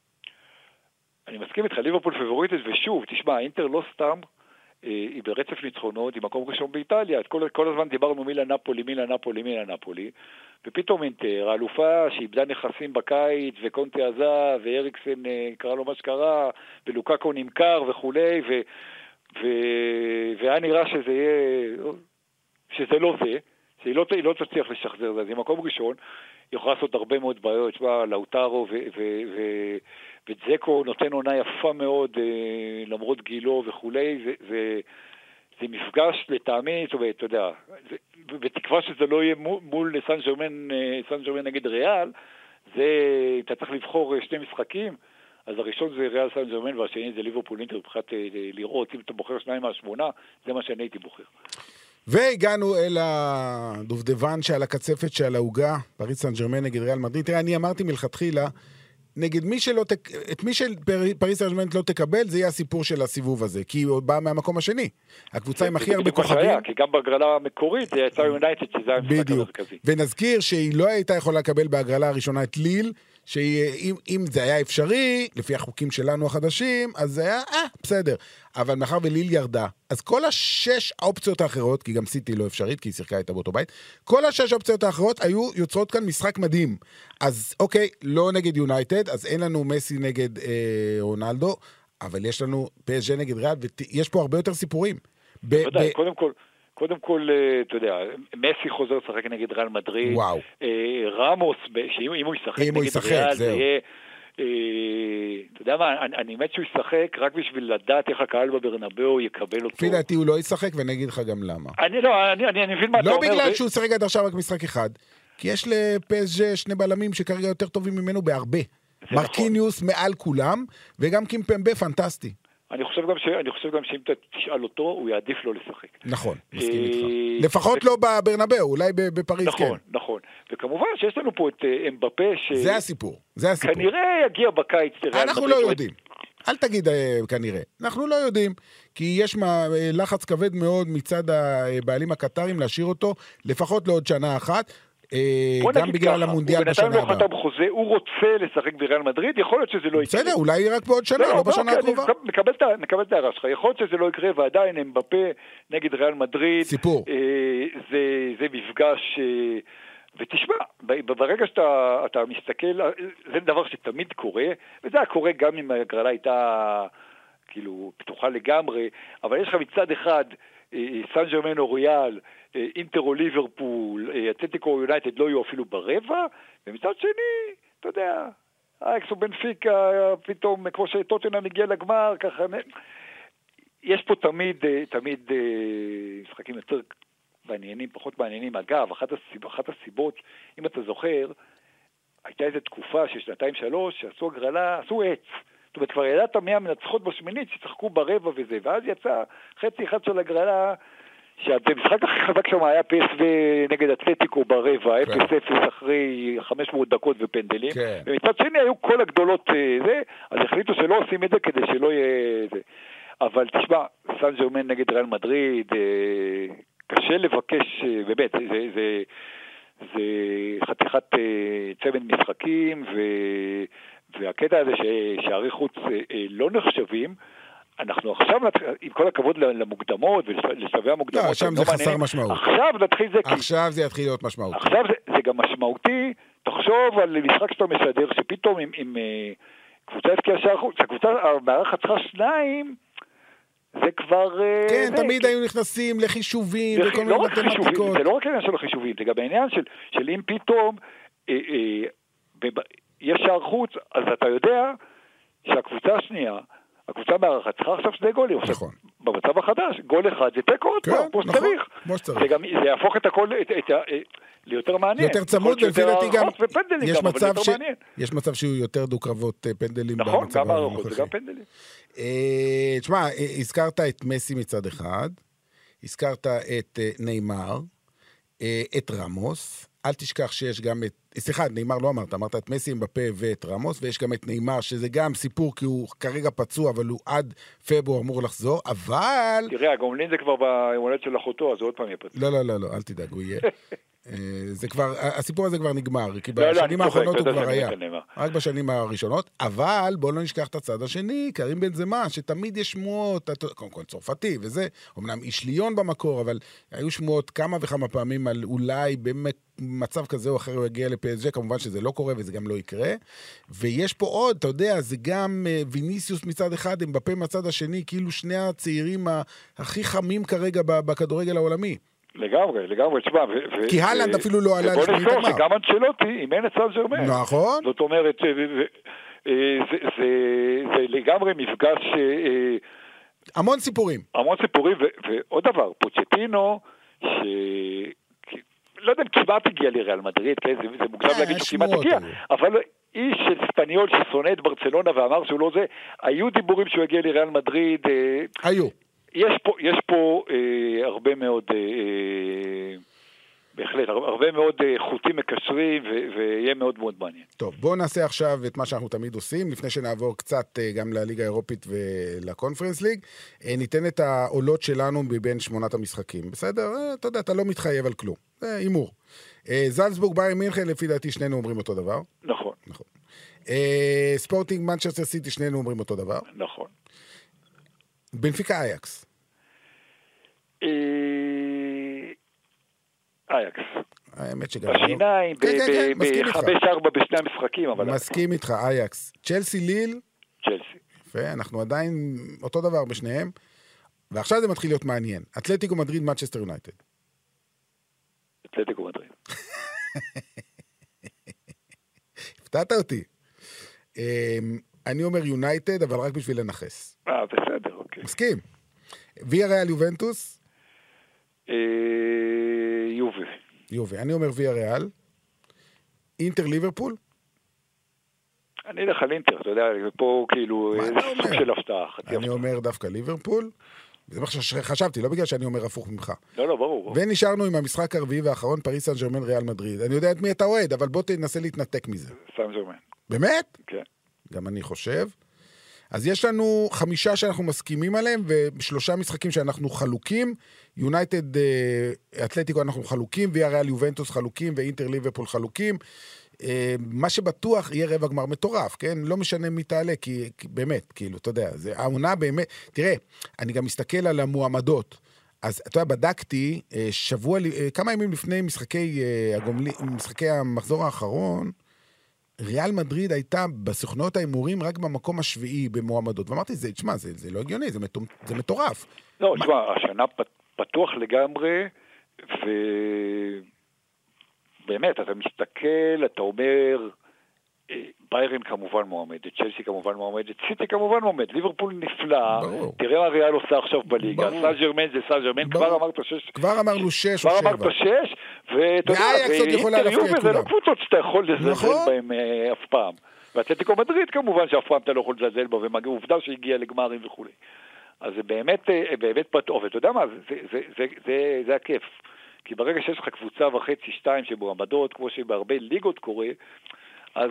אני מסכים איתך, ליברפול פבוריטית, ושוב, תשמע, אינטר לא סתם, היא ברצף ניצחונות, היא מקום ראשון באיטליה, כל, כל הזמן דיברנו מילה נפולי, מילה נפולי, מילה נפולי, ופתאום אינטר, האלופה שאיבדה נכסים בקיץ, וקונטה עזב, ואריקסן קרא לו מה שקרה, ולוקאקו נמכר וכולי, ו... ו... והיה נראה שזה יהיה, שזה לא זה, שהיא לא, לא תצליח לשחזר זה, אז היא מקום ראשון, היא יכולה לעשות הרבה מאוד בעיות, שבה לאוטרו ו... ו... ו... ודזקו נותן עונה יפה מאוד, למרות גילו וכולי, זה, זה, זה מפגש לטעמי, זאת אומרת, אתה יודע, זה, בתקווה שזה לא יהיה מול, מול סן ז'רמן, סן ז'רמן נגד ריאל, זה, אתה צריך לבחור שני משחקים, אז הראשון זה ריאל סן ז'רמן, והשני זה ליברפול אינטר, מבחינת לראות, אם אתה בוחר שניים מהשמונה, זה מה שאני הייתי בוחר. והגענו אל הדובדבן שעל הקצפת שעל ההוגה, פריס סן ז'רמן נגד ריאל מדריד. תראה, אני אמרתי מלכתחילה, נגד מי שלא, את מי של פריס סן ז'רמן לא תקבל, זה יהיה הסיפור של הסיבוב הזה, כי הוא בא מהמקום השני. הקבוצה עם הכי הרבה כוכבים. כי גם בהגרלה המקורית, זה יצא יונייטד, שזה היה המשחק המרכזי. ונזכיר שהיא לא הייתה יכולה לקבל בהגרלה הראשונה את ליל, שאם זה היה אפשרי, לפי החוקים שלנו החדשים, אז זה היה, אה, בסדר. אבל מאחר וליל ירדה, אז כל השש האופציות האחרות, כי גם סיטי לא אפשרית, כי היא שיחקה איתה באותו בית, כל השש האופציות האחרות היו יוצרות כאן משחק מדהים. אז אוקיי, לא נגד יונייטד, אז אין לנו מסי נגד אה, רונלדו, אבל יש לנו פי אס ג'י נגד ריאל, ויש פה הרבה יותר סיפורים. בוודאי, קודם כל, קודם כל, אתה יודע, מסי חוזר לשחק נגד ריאל מדריד, וואו. רמוס, שאם הוא ישחק נגד ריאל, זה יהיה... אתה יודע מה, אני מת שהוא ישחק רק בשביל לדעת איך הקהל בברנבאו יקבל אותו. לפי דעתי הוא לא ישחק, ואני אגיד לך גם למה. אני לא, אני מבין מה אתה אומר. לא בגלל שהוא שחק עד עכשיו רק משחק אחד, כי יש לפי אס ג'י שני בלמים שכרגע יותר טובים ממנו בהרבה. מרקיניוס מעל כולם, וגם קימפמבה פנטסטי. אני חושב גם ש... אני חושב גם שאם אתה תשאל אותו, הוא יעדיף לא לשחק. נכון, מסכים איתך. לפחות לא בברנבאו, אולי בפריז כן. נכון, נכון. וכמובן שיש לנו פה את אמבפה ש... זה הסיפור, זה הסיפור. כנראה יגיע בקיץ. אנחנו לא יודעים. אל תגיד כנראה. אנחנו לא יודעים, כי יש לחץ כבד מאוד מצד הבעלים הקטרים להשאיר אותו, לפחות לעוד שנה אחת. גם בגלל המונדיאל בשנה הבאה. הוא בינתיים לא חתם חוזה, הוא רוצה לשחק בריאל מדריד, יכול להיות שזה לא יקרה. בסדר, אולי רק בעוד שנה, לא בשנה הקרובה. נקבל את הערה שלך, יכול להיות שזה לא יקרה, ועדיין אמבפה נגד ריאל מדריד. סיפור. זה מפגש, ותשמע, ברגע שאתה מסתכל, זה דבר שתמיד קורה, וזה היה קורה גם אם הגרלה הייתה כאילו פתוחה לגמרי, אבל יש לך מצד אחד, סן ג'רמן או ריאל, אינטר או ליברפול, אתלטיקו או יונייטד לא יהיו אפילו ברבע, ומצד שני, אתה יודע, אייקס או בנפיקה, פתאום כמו שטוטנהאם הגיע לגמר, ככה, יש פה תמיד, תמיד משחקים יותר מעניינים, פחות מעניינים. אגב, אחת הסיבות, אחת הסיבות, אם אתה זוכר, הייתה איזו תקופה של שנתיים שלוש, שעשו הגרלה, עשו עץ. זאת אומרת, כבר ידעת מי המנצחות בשמינית שצחקו ברבע וזה, ואז יצא חצי אחד של הגרלה, שהמשחק הכי חזק שם היה פי אס וי נגד אתלטיקו ברבע, אפס אפס אחרי חמש מאות דקות ופנדלים, ומצד שני היו כל הגדולות זה, אז החליטו שלא עושים את זה כדי שלא יהיה זה. אבל תשמע, סן ג'רמן נגד ריאל מדריד, קשה לבקש, באמת, זה, זה, זה חתיכת צמד משחקים, ו, והקטע הזה שערי חוץ לא נחשבים, אנחנו עכשיו, עם כל הכבוד למוקדמות ולשלבי המוקדמות, לא, שם זה חסר משמעות. עכשיו נתחיל זה... עכשיו זה יתחיל להיות משמעותי. עכשיו זה, זה גם משמעותי, תחשוב על משחק שאתה משדר, שפתאום עם, עם קבוצה עסקי השער חוץ, הקבוצה, המערכת צריכה שניים, זה כבר... כן, זה, תמיד כי... היו נכנסים לחישובים וכל מיני לא מתמטיקות. זה לא רק העניין של החישובים, זה גם העניין של, של אם פתאום אה, אה, בב... יש שער חוץ, אז אתה יודע שהקבוצה השנייה, הקבוצה מערכת צריכה עכשיו שני גולים. נכון. במצב החדש, גול אחד זה תיקו עוד פעם, כמו שצריך. כמו שצריך. זה גם, זה יהפוך את הכל, את, את, את, ליותר מעניין. יותר צמוד, ולפי דעתי גם, יש גם, מצב ש... יש מצב שיהיו יותר דו קרבות פנדלים. נכון, גם מערכות, זה גם פנדלים. תשמע, הזכרת את מסי מצד אחד, הזכרת את ניימר, את רמוס, אל תשכח שיש גם את, סליחה, ניימר לא אמרת, אמרת את מסי, אמבפה ואת רמוס, ויש גם את ניימר, שזה גם סיפור, כי הוא כרגע פצוע, אבל הוא עד פברואר אמור לחזור, אבל... תראה, הגומלין זה כבר ביומולדת של אחותו, אז עוד פעם יהיה פצוע. לא, לא, לא, לא, אל תדאג, הוא יהיה. זה כבר, הסיפור הזה כבר נגמר, כי בשנים האחרונות הוא כבר היה, רק בשנים הראשונות, אבל בואו לא נשכח את הצד השני, קרים בנזמה, שתמיד יש שמועות, קודם כל צרפתי וזה, אמנם איש ליון במקור, אבל היו שמועות כמה וכמה פעמים על אולי במצב כזה או אחר הוא יגיע ל-פי אס ג'י, כמובן שזה לא קורה וזה גם לא יקרה, ויש פה עוד, אתה יודע, זה גם ויניסיוס מצד אחד, אמבפה מצד השני, כאילו שני הצעירים הכי חמים כרגע בכדורגל העולמי. לגמרי, לגמרי, תשמע, כי הלנד אפילו לא עלה לשמינית הגמר. בוא נזכור שגם אנצ'לוטי אימן את סן ג'רמן. נכון. זאת אומרת, זה לגמרי מפגש... המון סיפורים. המון סיפורים, ועוד דבר, פוצ'טינו, ש... לא יודע אם כמעט הגיע לריאל מדריד, זה מוגזם להגיד שהוא כמעט הגיע, אבל איש ספניול ששונא את ברצלונה ואמר שהוא לא זה, היו דיבורים שהוא הגיע לריאל מדריד. היו. יש פה, יש פה אה, הרבה מאוד, אה, בהחלט, הרבה מאוד אה, חוטים מקשרים, ו- ויהיה מאוד מאוד מעניין. טוב, בואו נעשה עכשיו את מה שאנחנו תמיד עושים, לפני שנעבור קצת אה, גם לליגה האירופית ולקונפרנס ליג, אה, ניתן את העולות שלנו מבין שמונת המשחקים, בסדר? אה, אתה יודע, אתה לא מתחייב על כלום, זה אימור. אה, זלצבורג, ביירן מינכן, לפי דעתי שנינו אומרים אותו דבר. נכון. נכון. אה, ספורטינג, מנצ'סטר סיטי, שנינו אומרים אותו דבר. נכון. בנפיקה אייקס. אייקס. האמת שגם... בשיניים, ב-חמש ארבע בשני המשחקים, אבל... מסכים איתך, אייקס. צ'לסי ליל? צ'לסי. יפה, אנחנו עדיין אותו דבר בשניהם, ועכשיו זה מתחיל להיות מעניין. אתלטיקו מדריד, מנצ'סטר יונייטד. אתלטיקו מדריד. הפתעת אותי. אני אומר יונייטד, אבל רק בשביל לנחס. אה, בסדר, אוקיי. מסכים. ויה ריאל יובנטוס? יובה. יובה. אני אומר ויה ריאל. אינטר ליברפול? אני אלך על אינטר, אתה יודע, פה כאילו סוג של הפתעה. אני אומר דווקא ליברפול. זה מה שחשבתי, לא בגלל שאני אומר הפוך ממך. לא, לא, ברור. ונשארנו עם המשחק הרביעי והאחרון, פריס סן ז'רמן ריאל מדריד. אני יודע את מי אתה אוהד, אבל בוא תנסה להתנתק מזה. סן ז'רמן. באמת? כן. גם אני חושב. אז יש לנו חמישה שאנחנו מסכימים עליהם, ושלושה משחקים שאנחנו חלוקים. יונייטד, אתלטיקו אנחנו חלוקים, ויה ריאל יובנטוס חלוקים, ואינטר ליברפול חלוקים. מה שבטוח יהיה רבע גמר מטורף, כן? לא משנה מי תעלה, כי, כי באמת, כאילו, אתה יודע, זה העונה באמת, תראה, אני גם מסתכל על המועמדות, אז אתה יודע, בדקתי, שבוע, כמה ימים לפני משחקי הגומלי, משחקי המחזור האחרון, ריאל מדריד הייתה בסוכנויות האימורים רק במקום השביעי במועמדות, ואמרתי, זה, תשמע, זה, זה לא הגיוני, זה, מטור, זה מטורף. לא, תשמע, מה... השנה פתוח לגמרי, ו... באמת, אתה מסתכל, אתה אומר, ביירן כמובן מועמדת, צ'לסי כמובן מועמדת, סיטי כמובן מועמדת, ליברפול נפלא, תראה מה ריאל עושה עכשיו בליגה, סן ג'רמן זה סן ג'רמן, כבר אמרת שש, כבר אמרנו שש או שבע, כבר אמרת שש, ואתה יודע, ויובה זה לא קבוצות שאתה יכול לזלזל בהם אף פעם, ואתלטיקו מדריד כמובן שאף פעם אתה לא יכול לזלזל בו, ועובדה שהגיע לגמרים וכו'. אז זה באמת, באמת פתאום, ואתה יודע מה, זה הכיף. כי ברגע שיש לך קבוצה וחצי, שתיים שבועמדות, כמו שבהרבה ליגות קורה, אז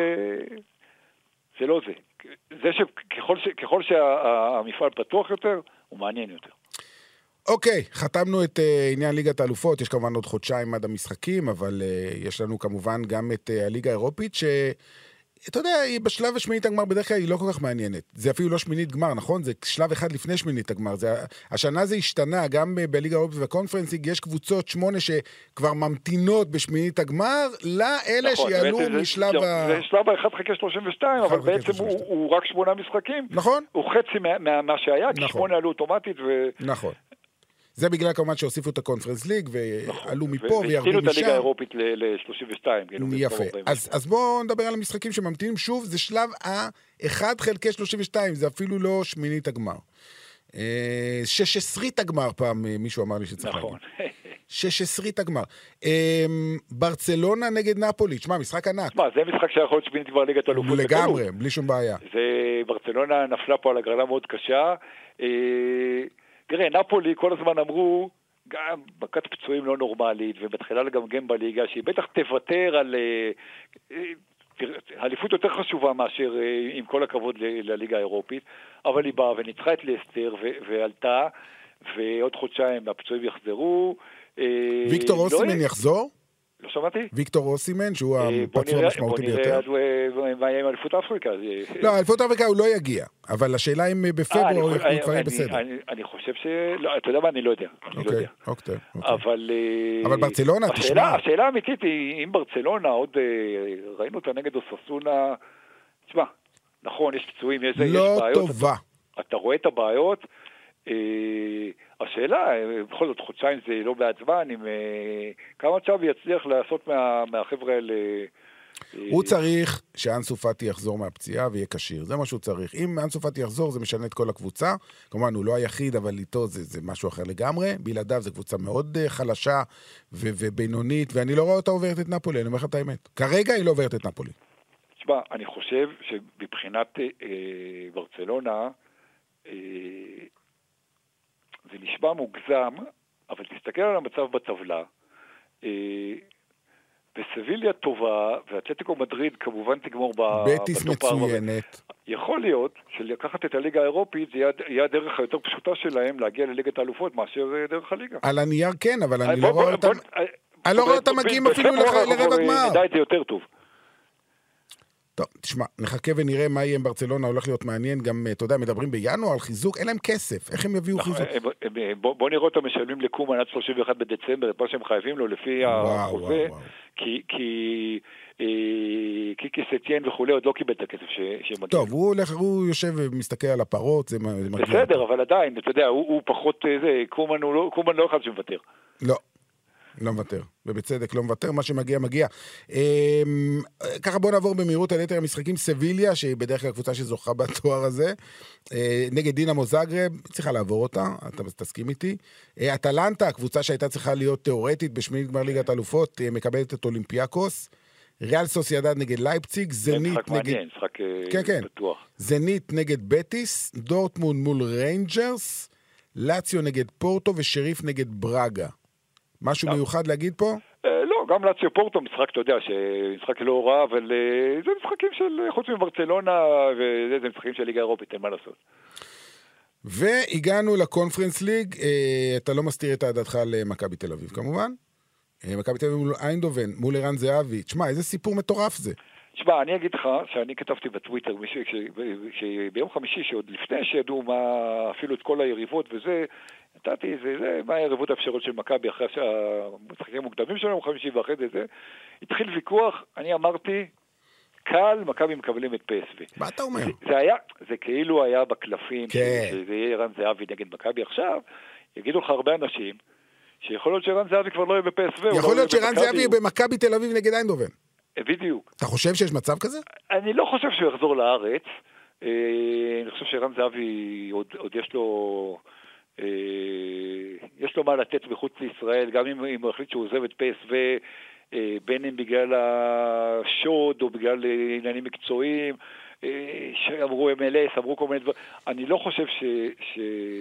זה לא זה. זה שככל, ככל שהמפעל פתוח יותר, הוא מעניין יותר. אוקיי, חתמנו את uh, עניין ליגת האלופות, יש כמובן עוד חודשיים עד המשחקים, אבל uh, יש לנו כמובן גם את uh, הליגה האירופית, ש... אתה יודע, היא בשלב השמינית הגמר בדרך כלל היא לא כל כך מעניינת. זה אפילו לא שמינית גמר, נכון? זה שלב אחד לפני שמינית הגמר. זה, השנה זה השתנה, גם בליגה האירופית והקונפרנסינג, יש קבוצות שמונה שכבר ממתינות בשמינית הגמר, לאלה נכון, שיעלו משלב זה, ה... זה שלב ה-אחד חלקי שלושים ושתיים, אבל בעצם הוא, הוא רק שמונה משחקים. נכון. הוא חצי מה, מה, מה שהיה, נכון. כי שמונה עלו אוטומטית ו... נכון. זה בגלל כמובן שהוסיפו את הקונפרנס ליג, ועלו מפה וירדו משם. והתחילו את הליגה האירופית ל-שלושים ושתיים. יפה. אז בואו נדבר על המשחקים שממתינים שוב, זה שלב ה-אחד חלקי שלושים ושתיים, זה אפילו לא שמינית הגמר. שש עשרית הגמר פעם מישהו אמר לי שצריך להגיד. נכון. שש עשרית הגמר. ברצלונה נגד נפולי, תשמע, משחק ענק. תשמע, זה משחק שיכול להיות שמינית כבר ליגת האלופות. לגמרי, בלי שום בעיה. ברצלונה נפלה פה על הגרלה מאוד קשה. תראה, נפולי כל הזמן אמרו, גם בקת פצועים לא נורמלית, ובתחילה לגמגם בליגה, שהיא בטח תוותר על אליפות יותר חשובה מאשר, עם כל הכבוד לליגה האירופית, אבל היא באה וניצחה את לסטר ועלתה, ועוד חודשיים הפצועים יחזרו. ויקטור אוסימן יחזור? לא שמעתי? ויקטור אוסימן, שהוא הפצוע המשמעותי ביותר. בוא נראה מה יהיה עם אליפות אפריקה. לא, אליפות אפריקה הוא לא יגיע, אבל השאלה אם בפברואר הוא כבר יהיה בסדר. אני חושב ש... לא, אתה יודע מה? אני לא יודע. אוקיי, אוקיי. אבל... אבל ברצלונה, תשמע. השאלה האמיתית היא, אם ברצלונה, עוד ראינו אותה נגד אוססונה, תשמע, נכון, יש פצועים, יש בעיות. לא טובה. אתה רואה את הבעיות, השאלה, בכל זאת חודשיים זה לא בעצבן, אם כמה צ'אבי יצליח לעשות מה, מהחבר'ה האלה... הוא צריך שאנסו פאטי יחזור מהפציעה ויהיה קשיר, זה מה שהוא צריך. אם אנסו פאטי יחזור זה משנה את כל הקבוצה, כמובן הוא לא היחיד, אבל איתו זה, זה משהו אחר לגמרי, בלעדיו זו קבוצה מאוד חלשה ו- ובינונית, ואני לא רואה אותה עוברת את נפולי, אני אומר לך את האמת. כרגע היא לא עוברת את נפולי. תשמע, אני חושב שבבחינת אה, ברצלונה, אה, זה נשמע מוגזם, אבל תסתכל על המצב בטבלה, בסביליה טובה, ואתלטיקו מדריד כמובן תגמור בטופר. בטיס מצוינת. יכול להיות שלקחת את הליגה האירופית, זה יהיה הדרך היותר פשוטה שלהם להגיע לליגת האלופות, מאשר דרך הליגה. על הנייר כן, אבל אני לא רואה אותם... אני לא רואה אותם מגיעים אפילו לרבע גמר. נדע את זה יותר טוב. טוב, תשמע, נחכה ונראה מה יהיה עם ברצלונה, הולך להיות מעניין, גם, אתה יודע, מדברים בינואר על חיזוק, אין להם כסף, איך הם יביאו חיזוק? בוא נראה אותם משלמים לקומן עד שלושים ואחד בדצמבר, את מה שהם חייבים לו לפי החוזה, כי קיקי סטיין וכולי עוד לא קיבל את הכסף שמגיע. טוב, הוא הולך, הוא יושב ומסתכל על הפרות, זה מגיע. בסדר, אבל עדיין, אתה יודע, הוא פחות, קומן לא אחד שמוותר. לא. לא מוותר, ובצדק לא מוותר, מה שמגיע מגיע. ככה בוא נעבור במהירות על יתר המשחקים. סביליה, שהיא בדרך כלל קבוצה שזוכה בתואר הזה, נגד דינמו זאגרב, צריכה לעבור אותה, אתה תסכים איתי. אטלנטה, הקבוצה שהייתה צריכה להיות תיאורטית בשמינית גמר ליגת האלופות, מקבלת את אולימפיאקוס. ריאל סוסיידד נגד לייפציג, זנית נגד... כן, כן. זנית נגד בטיס, דורטמונד מול ריינג'רס, לאציו נגד פורטו ושריף נגד ברגה. משהו מיוחד להגיד פה? לא, גם לאציו פורטו, משחק, אתה יודע, משחק לא רע, אבל זה משחקים של, חוץ מברצלונה, וזה משחקים של ליגה אירופית, אין מה לעשות. והגענו לקונפרנס ליג, אתה לא מסתיר את העדתך למכבי תל אביב, כמובן. מכבי תל אביב מול איינדובן, מול ערן זהבי. תשמע, איזה סיפור מטורף זה. תשמע, אני אגיד לך שאני כתבתי בטוויטר, שביום חמישי, שעוד לפני שידעו מה, אפילו את כל היריבות וזה, נתתי זה, זה, מה היריבות האפשרות של מכבי אחרי המשחקים המוקדמים שלנו, יום חמישי ואחרי זה, זה, התחיל ויכוח, אני אמרתי, קל, מכבי מקבלים את פי אס וי. מה אתה אומר? זה, זה היה, זה כאילו היה בקלפים, כן. שזה יהיה ערן זהבי נגד מכבי עכשיו, יגידו לך הרבה אנשים, שיכול להיות שערן זהבי כבר לא יהיה ב-פי אס וי. יכול להיות שערן זהבי יהיה במכבי תל אביב נגד איינדובן. בדיוק. אתה חושב שיש מצב כזה? אני לא חושב שהוא יחזור לארץ. אני חושב שערן זהבי עוד, עוד יש לו... יש לו מה לתת מחוץ לישראל, גם אם, אם הוא החליט שהוא עוזב את פי אס וי, בין אם בגלל השוד או בגלל עניינים מקצועיים, שאמרו אם אל אס, אמרו כל מיני דברים. אני לא חושב ש... ש...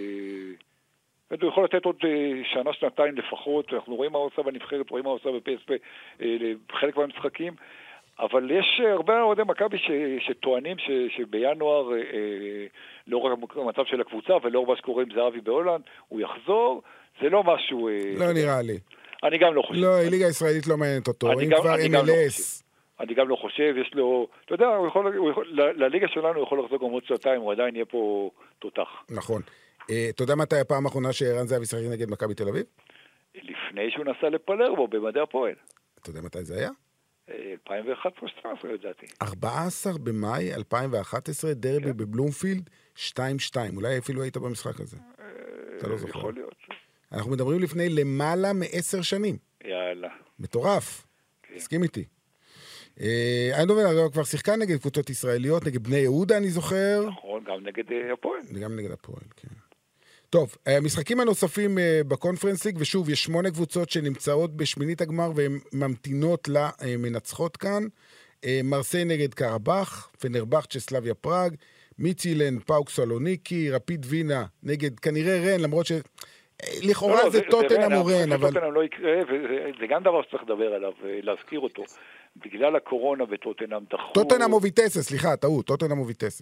הוא יכול לתת עוד שנה, שנתיים לפחות, אנחנו רואים מה הוא עושה בנבחרת, רואים מה הוא עושה ב-פי אס וי, בחלק מהמשחקים, אבל יש הרבה אוהדי מכבי שטוענים שבינואר, לאור המצב של הקבוצה ולאור מה שקורה עם זהבי בהולנד, הוא יחזור, זה לא משהו... לא נראה לי. אני גם לא חושב. לא, ליגה הישראלית לא מעניינת אותו, אם כבר אם אל אס. אני גם לא חושב, יש לו... אתה יודע, לליגה שלנו הוא יכול לחזור גם עוד שנתיים, הוא עדיין יהיה פה תותח. נכון. אתה יודע מתי הפעם האחרונה שערן זהבי שיחק נגד מכבי תל אביב? לפני שהוא נסע לפלרמו, במדעי הפועל. אתה יודע מתי זה היה? אלפיים ואחת עשרה שתים עשרה, לדעתי. ארבעה עשר במאי אלפיים ואחת עשרה, דרבי בבלומפילד, שתיים שתיים. אולי אפילו היית במשחק הזה. אתה לא זוכר. יכול להיות. אנחנו מדברים לפני למעלה מעשר שנים. יאללה. מטורף. הסכים איתי. איינדובן כבר שיחקה נגד קבוצות ישראליות, נגד בני יהודה, אני זוכר. נכון, גם נגד הפועל. גם נגד הפועל, כן. טוב, המשחקים הנוספים בקונפרנס ליג, ושוב, יש שמונה קבוצות שנמצאות בשמינית הגמר, והן ממתינות למנצחות כאן. מרסיי נגד קרבח, פנרבחצ'ה סלאביה פראג, מיצ'ילן, פאוק סלוניקי, רפיד וינה נגד כנראה רן, למרות ש... לכאורה זה טוטנהאם או רן, אבל... טוטנהאם לא יקרה, וזה גם דבר שצריך לדבר עליו, להזכיר אותו. בגלל הקורונה וטוטנהאם דחו... טוטנהאם או ויטסה, סליחה, טעות, טוטנהאם או ויטסה.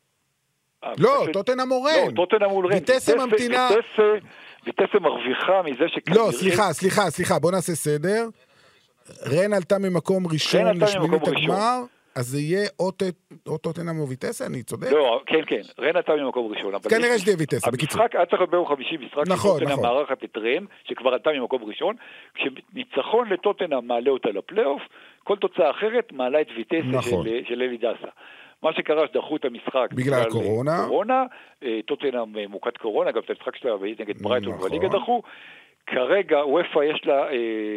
לא, טוטנהאם או רן. לא, טוטנהאם או רן. ויטסה ממתינה... ויטסה מרוויחה מזה שכנראה... לא, סליחה, סליחה, סליחה, בוא נעשה סדר. רן עלתה ממקום ראשון לשמינית הגמר, אז זה יהיה או טוטנהאם או ויטסה, אני צודק? לא, כן, כן, רן עלתה ממקום ראשון. כנראה שתהיה ויטסה, בקיצור. המשחק היה צריך להיות ביום חמישי, משחק שטוטנהאם מארחת את רן, שכבר עלתה ממקום ראשון, כשניצחון לטוטנהאם מעלה אותה לפלייאוף, כל תוצאה אחרת מעלה את ויטסה של אלי דסה. מה שקרה שדחו את המשחק בגלל הקורונה, קורונה, טוטנהאם מוקת קורונה, גם את המשחק שלה נגד ברייטון בליגה דחו. כרגע וופא יש לה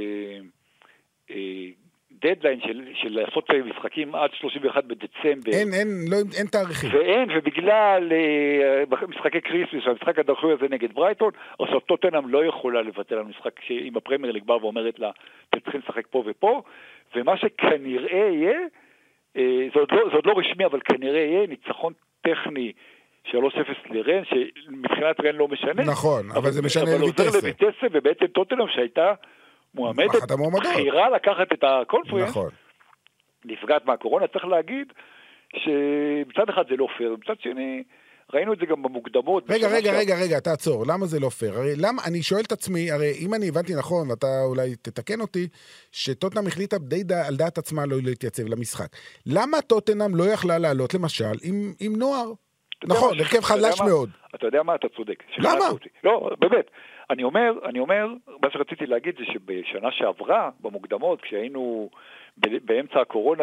דדליין של לעשות משחקים עד שלושים ואחד בדצמבר. אין, אין, לא, אין תאריכים. ואין, ובגלל משחקי קריסמס, המשחק הדחוי הזה נגד ברייטון, או שטוטנהאם לא יכולה לבטל על משחק עם הפרמייר ליג באה ואומרת לה, אתם צריכים לשחק פה ופה, ומה שכנראה יהיה, זה עוד, לא, זה עוד לא רשמי, אבל כנראה יהיה ניצחון טכני שלוש אפס לרן, שמבחינת רן לא משנה. נכון, אבל, אבל זה משנה אבל לויטסה. אבל עוזר לויטסה, ובעצם טוטנהאם שהייתה מועמדת, בחירה לקחת את הקונפרנס, נכון. נפגעת מהקורונה, צריך להגיד שמצד אחד זה לא פייר, מצד שני, ראינו את זה גם במוקדמות. רגע, רגע, רגע, רגע, תעצור, למה זה לא פייר? הרי למה, אני שואל את עצמי, הרי אם אני הבנתי נכון, ואתה אולי תתקן אותי, שטוטנהאם החליטה די על דעת עצמה לא להתייצב למשחק. למה טוטנהאם לא יכלה לעלות, למשל, עם, עם נוער? נכון, הרכב חלש מאוד. אתה יודע מה, אתה צודק. למה? לא, באמת. אני אומר, אני אומר, מה שרציתי להגיד זה שבשנה שעברה, במוקדמות, כשהיינו באמצע הקורונה,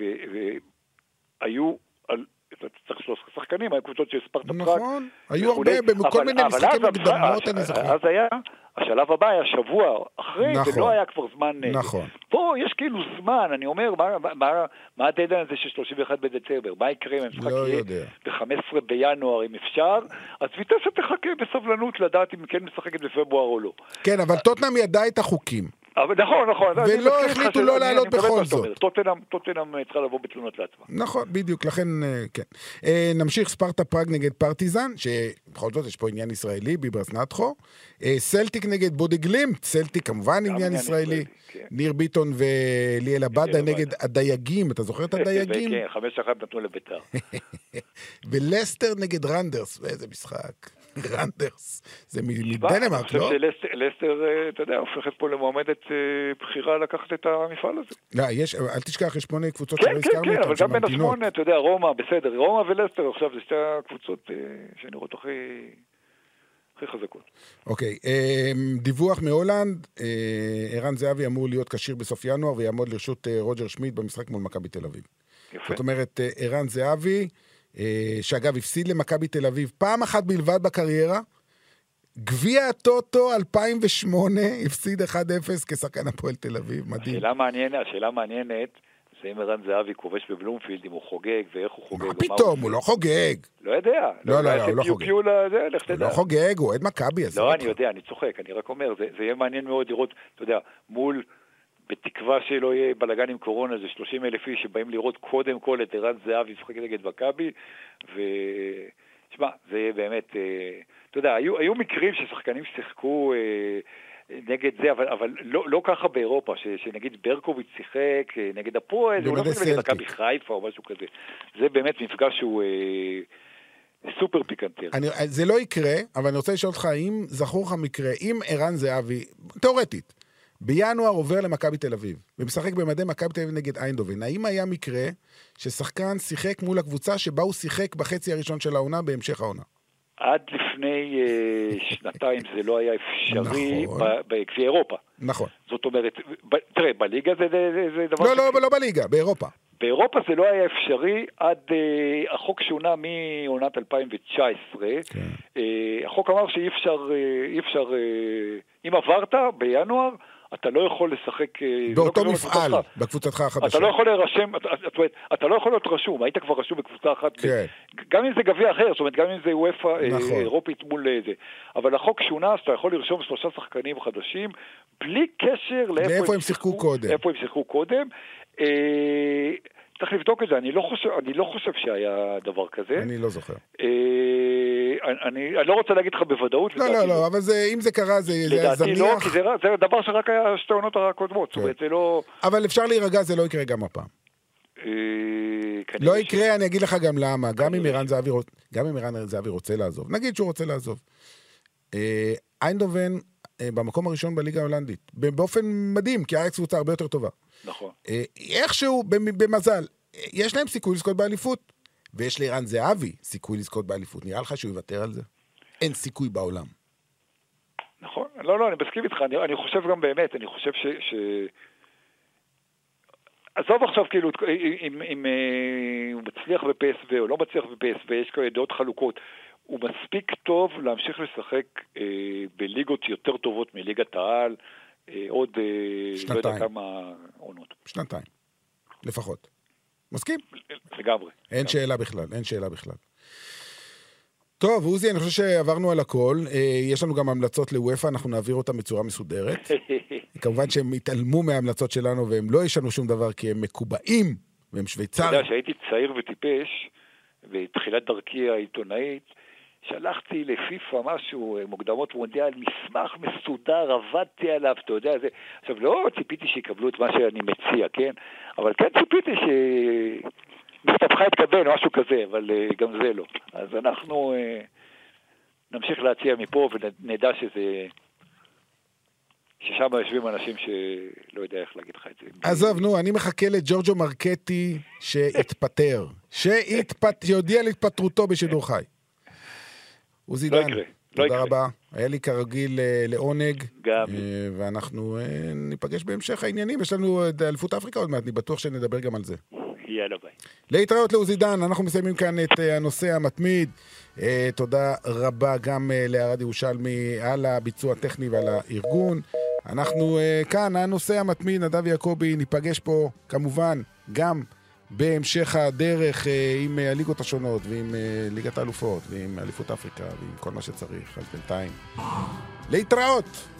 והיו על... צריך שלוש שחקנים, היו קבוצות של ספרטה פראג. נכון, היו הרבה, בכל מיני משחקים מוקדמות, אני זוכר. אז היה, השלב הבא היה שבוע אחרי, ולא היה כבר זמן. נכון. פה יש כאילו זמן, אני אומר, מה הדדליין הזה של שלושים ואחד בדצמבר? מה יקרה אם המשחק יהיה ב-חמישה עשר בינואר, אם אפשר? אז ויטסה תחכה בסבלנות לדעת אם כן משחקת בפברואר או לא. כן, אבל טוטנהאם ידע את החוקים. אבל נכון, נכון. ולא החליטו לא לעלות בכל זאת. טוטנהאם צריכה לבוא בתלונות לעצמה. נכון, בדיוק, לכן, כן. נמשיך ספרטה פראג נגד פרטיזן, שבכל זאת יש פה עניין ישראלי, ביברס נתחו. סלטיק נגד בודגלימט, סלטיק כמובן עניין ישראלי. ניר ביטון וליאל עבדה נגד הדייגים, אתה זוכר את הדייגים? כן, חמש אחת נתנו לביתר. ולסטר נגד רנדרס, ואיזה משחק. רנדרס, זה מדנמרק, לא? אני חושב שלסטר, אתה יודע, הופכת פה למועמדת בחירה לקחת את המפעל הזה. לא, יש, אל תשכח, יש שמונה קבוצות שלא הזכרנו אותן, אבל גם בין השמונה, אתה יודע, רומא, בסדר, רומא ולסטר, עכשיו זה שתי הקבוצות שנראות הכי... הכי חזקות. אוקיי, דיווח מהולנד, ערן זהבי אמור להיות כשיר בסוף ינואר, ויעמוד לרשות רוג'ר שמיט במשחק מול מכבי תל אביב. יפה. זאת אומרת, ערן זהבי, שאגב הפסיד למכבי תל אביב פעם אחת בלבד בקריירה, גביע הטוטו אלפיים ושמונה, הפסיד אחד אפס כשחקן הפועל תל אביב, מדהים. השאלה מעניינת, השאלה מעניינת, זה אם ערן זהבי כובש בבלומפילד, אם הוא חוגג ואיך הוא חוגג. מה פתאום, הוא לא חוגג. לא יודע. לא, לא, הוא לא חוגג. הוא לא חוגג, הוא עד מכבי. לא, אני יודע, אני צוחק, אני רק אומר, זה יהיה מעניין מאוד לראות, אתה יודע, מול, בתקווה שלא יהיה בלגן עם קורונה, זה שלושים אלף איש שבאים לראות קודם כל את ערן זהבי שחק נגד מכבי, ושמע, זה יהיה באמת, אתה יודע, היו מקרים ששחקנים שיחקו נגד זה, אבל, אבל לא, לא ככה באירופה, ש, שנגיד ברקוביץ' שיחק נגד הפועל, או לא נגד מכבי חיפה או משהו כזה. זה באמת מפגש שהוא אה, סופר פיקנטר. אני, זה לא יקרה, אבל אני רוצה לשאול אותך, האם זכור לך מקרה, אם ערן זהבי, תיאורטית, בינואר עובר למכבי תל אביב, ומשחק במדי מכבי תל אביב נגד איינדובן, האם היה מקרה ששחקן שיחק מול הקבוצה שבה הוא שיחק בחצי הראשון של העונה בהמשך העונה? עד לפני uh, שנתיים זה לא היה אפשרי נכון. בגביע אירופה. נכון. זאת אומרת, ב, תראה, בליגה זה, זה, זה דבר... לא, לא, לא בליגה, באירופה. באירופה זה לא היה אפשרי עד uh, החוק שונה מעונת אלפיים תשע עשרה. כן. Uh, החוק אמר שאי אפשר, uh, אי אפשר, uh, אם עברת בינואר, אתה לא יכול לשחק... באותו מפעל, בקבוצתך החדשה. אתה לא יכול להירשם, אתה, אתה לא יכול להיות רשום, היית כבר רשום בקבוצה אחת, כן. גם אם זה גביע אחר, זאת אומרת, גם אם זה וופא נכון. אירופית מול זה. אבל החוק שונה, אתה יכול לרשום שלושה שחקנים חדשים, בלי קשר לאיפה הם שיחקו קודם. איפה הם שיחקו קודם. אה, צריך לבדוק את זה, אני לא חושב, אני לא חושב שהיה דבר כזה. אני לא זוכר. אה, אני, אני לא רוצה להגיד לך בוודאות. לא, לא, לא, אבל זה, אם זה קרה, זה, זה זניח. לא, כי זה, זה דבר שרק היה שתי עונות הקודמות, זאת אומרת, זה לא... אבל אפשר להירגע, זה לא יקרה גם הפעם. לא יקרה, אני אגיד לך גם למה, גם אם ערן זהבי, גם אם ערן זהבי רוצה לעזוב, נגיד שהוא רוצה לעזוב. איינדובן, במקום הראשון בליגה ההולנדית, באופן מדהים, כי הארץ קבוצה הרבה יותר טובה. נכון. איכשהו, במזל, יש להם סיכוי לזכות באליפות, ויש לערן זהבי סיכוי לזכות באליפות. נראה לך שהוא יוותר על זה? אין סיכוי בעולם. נכון. לא, לא, אני מסכים איתך. אני, אני חושב גם באמת, אני חושב ש... ש... עזוב עכשיו כאילו, אם, אם הוא מצליח ב-פי אס וי או לא מצליח ב-פי אס וי, יש כאלה דעות חלוקות, הוא מספיק טוב להמשיך לשחק אה, בליגות יותר טובות מליגת העל, אה, עוד אה, לא יודע כמה עונות. שנתיים, לפחות. מסכים? לגמרי. אין לגמרי. שאלה בכלל, אין שאלה בכלל. טוב, עוזי, אני חושב שעברנו על הכל. יש לנו גם המלצות לוופא, אנחנו נעביר אותם בצורה מסודרת. כמובן שהם התעלמו מההמלצות שלנו, והם לא ישנו שום דבר, כי הם מקובעים, והם שוויצרים. אתה יודע, שהייתי צעיר וטיפש, בתחילת דרכי העיתונאית, שלחתי לפיפה משהו, מוקדמות מונדיאל, מסמך מסודר, עבדתי עליו, אתה יודע, זה... עכשיו, לא ציפיתי שיקבלו את מה שאני מציע, כן? אבל כן ציפיתי ש... מסתבכה התקבל, משהו כזה, אבל uh, גם זה לא. אז אנחנו uh, נמשיך להציע מפה ונדע שזה... ששם יושבים אנשים שלא יודע איך להגיד לך את זה. עזוב, נו, אני מחכה לג'ורג'ו מרקטי שהתפטר. שהתפט... שיודיע להתפטרותו בשידור חי. עוזי דן, תודה רבה. היה לי כרגיל לעונג. גם. ואנחנו ניפגש בהמשך העניינים. יש לנו אליפות אפריקה עוד מעט, אני בטוח שנדבר גם על זה. יאללה ביי. להתראות לעוזי דן, אנחנו מסיימים כאן את הנושא המתמיד. תודה רבה גם לערד ירושלמי על הביצוע הטכני ועל הארגון. אנחנו כאן, הנושא המתמיד, נדב יעקבי, ניפגש פה כמובן גם בהמשך הדרך עם הליגות השונות ועם ליגת האלופות ועם אליפות אפריקה ועם כל מה שצריך. אז בינתיים להתראות.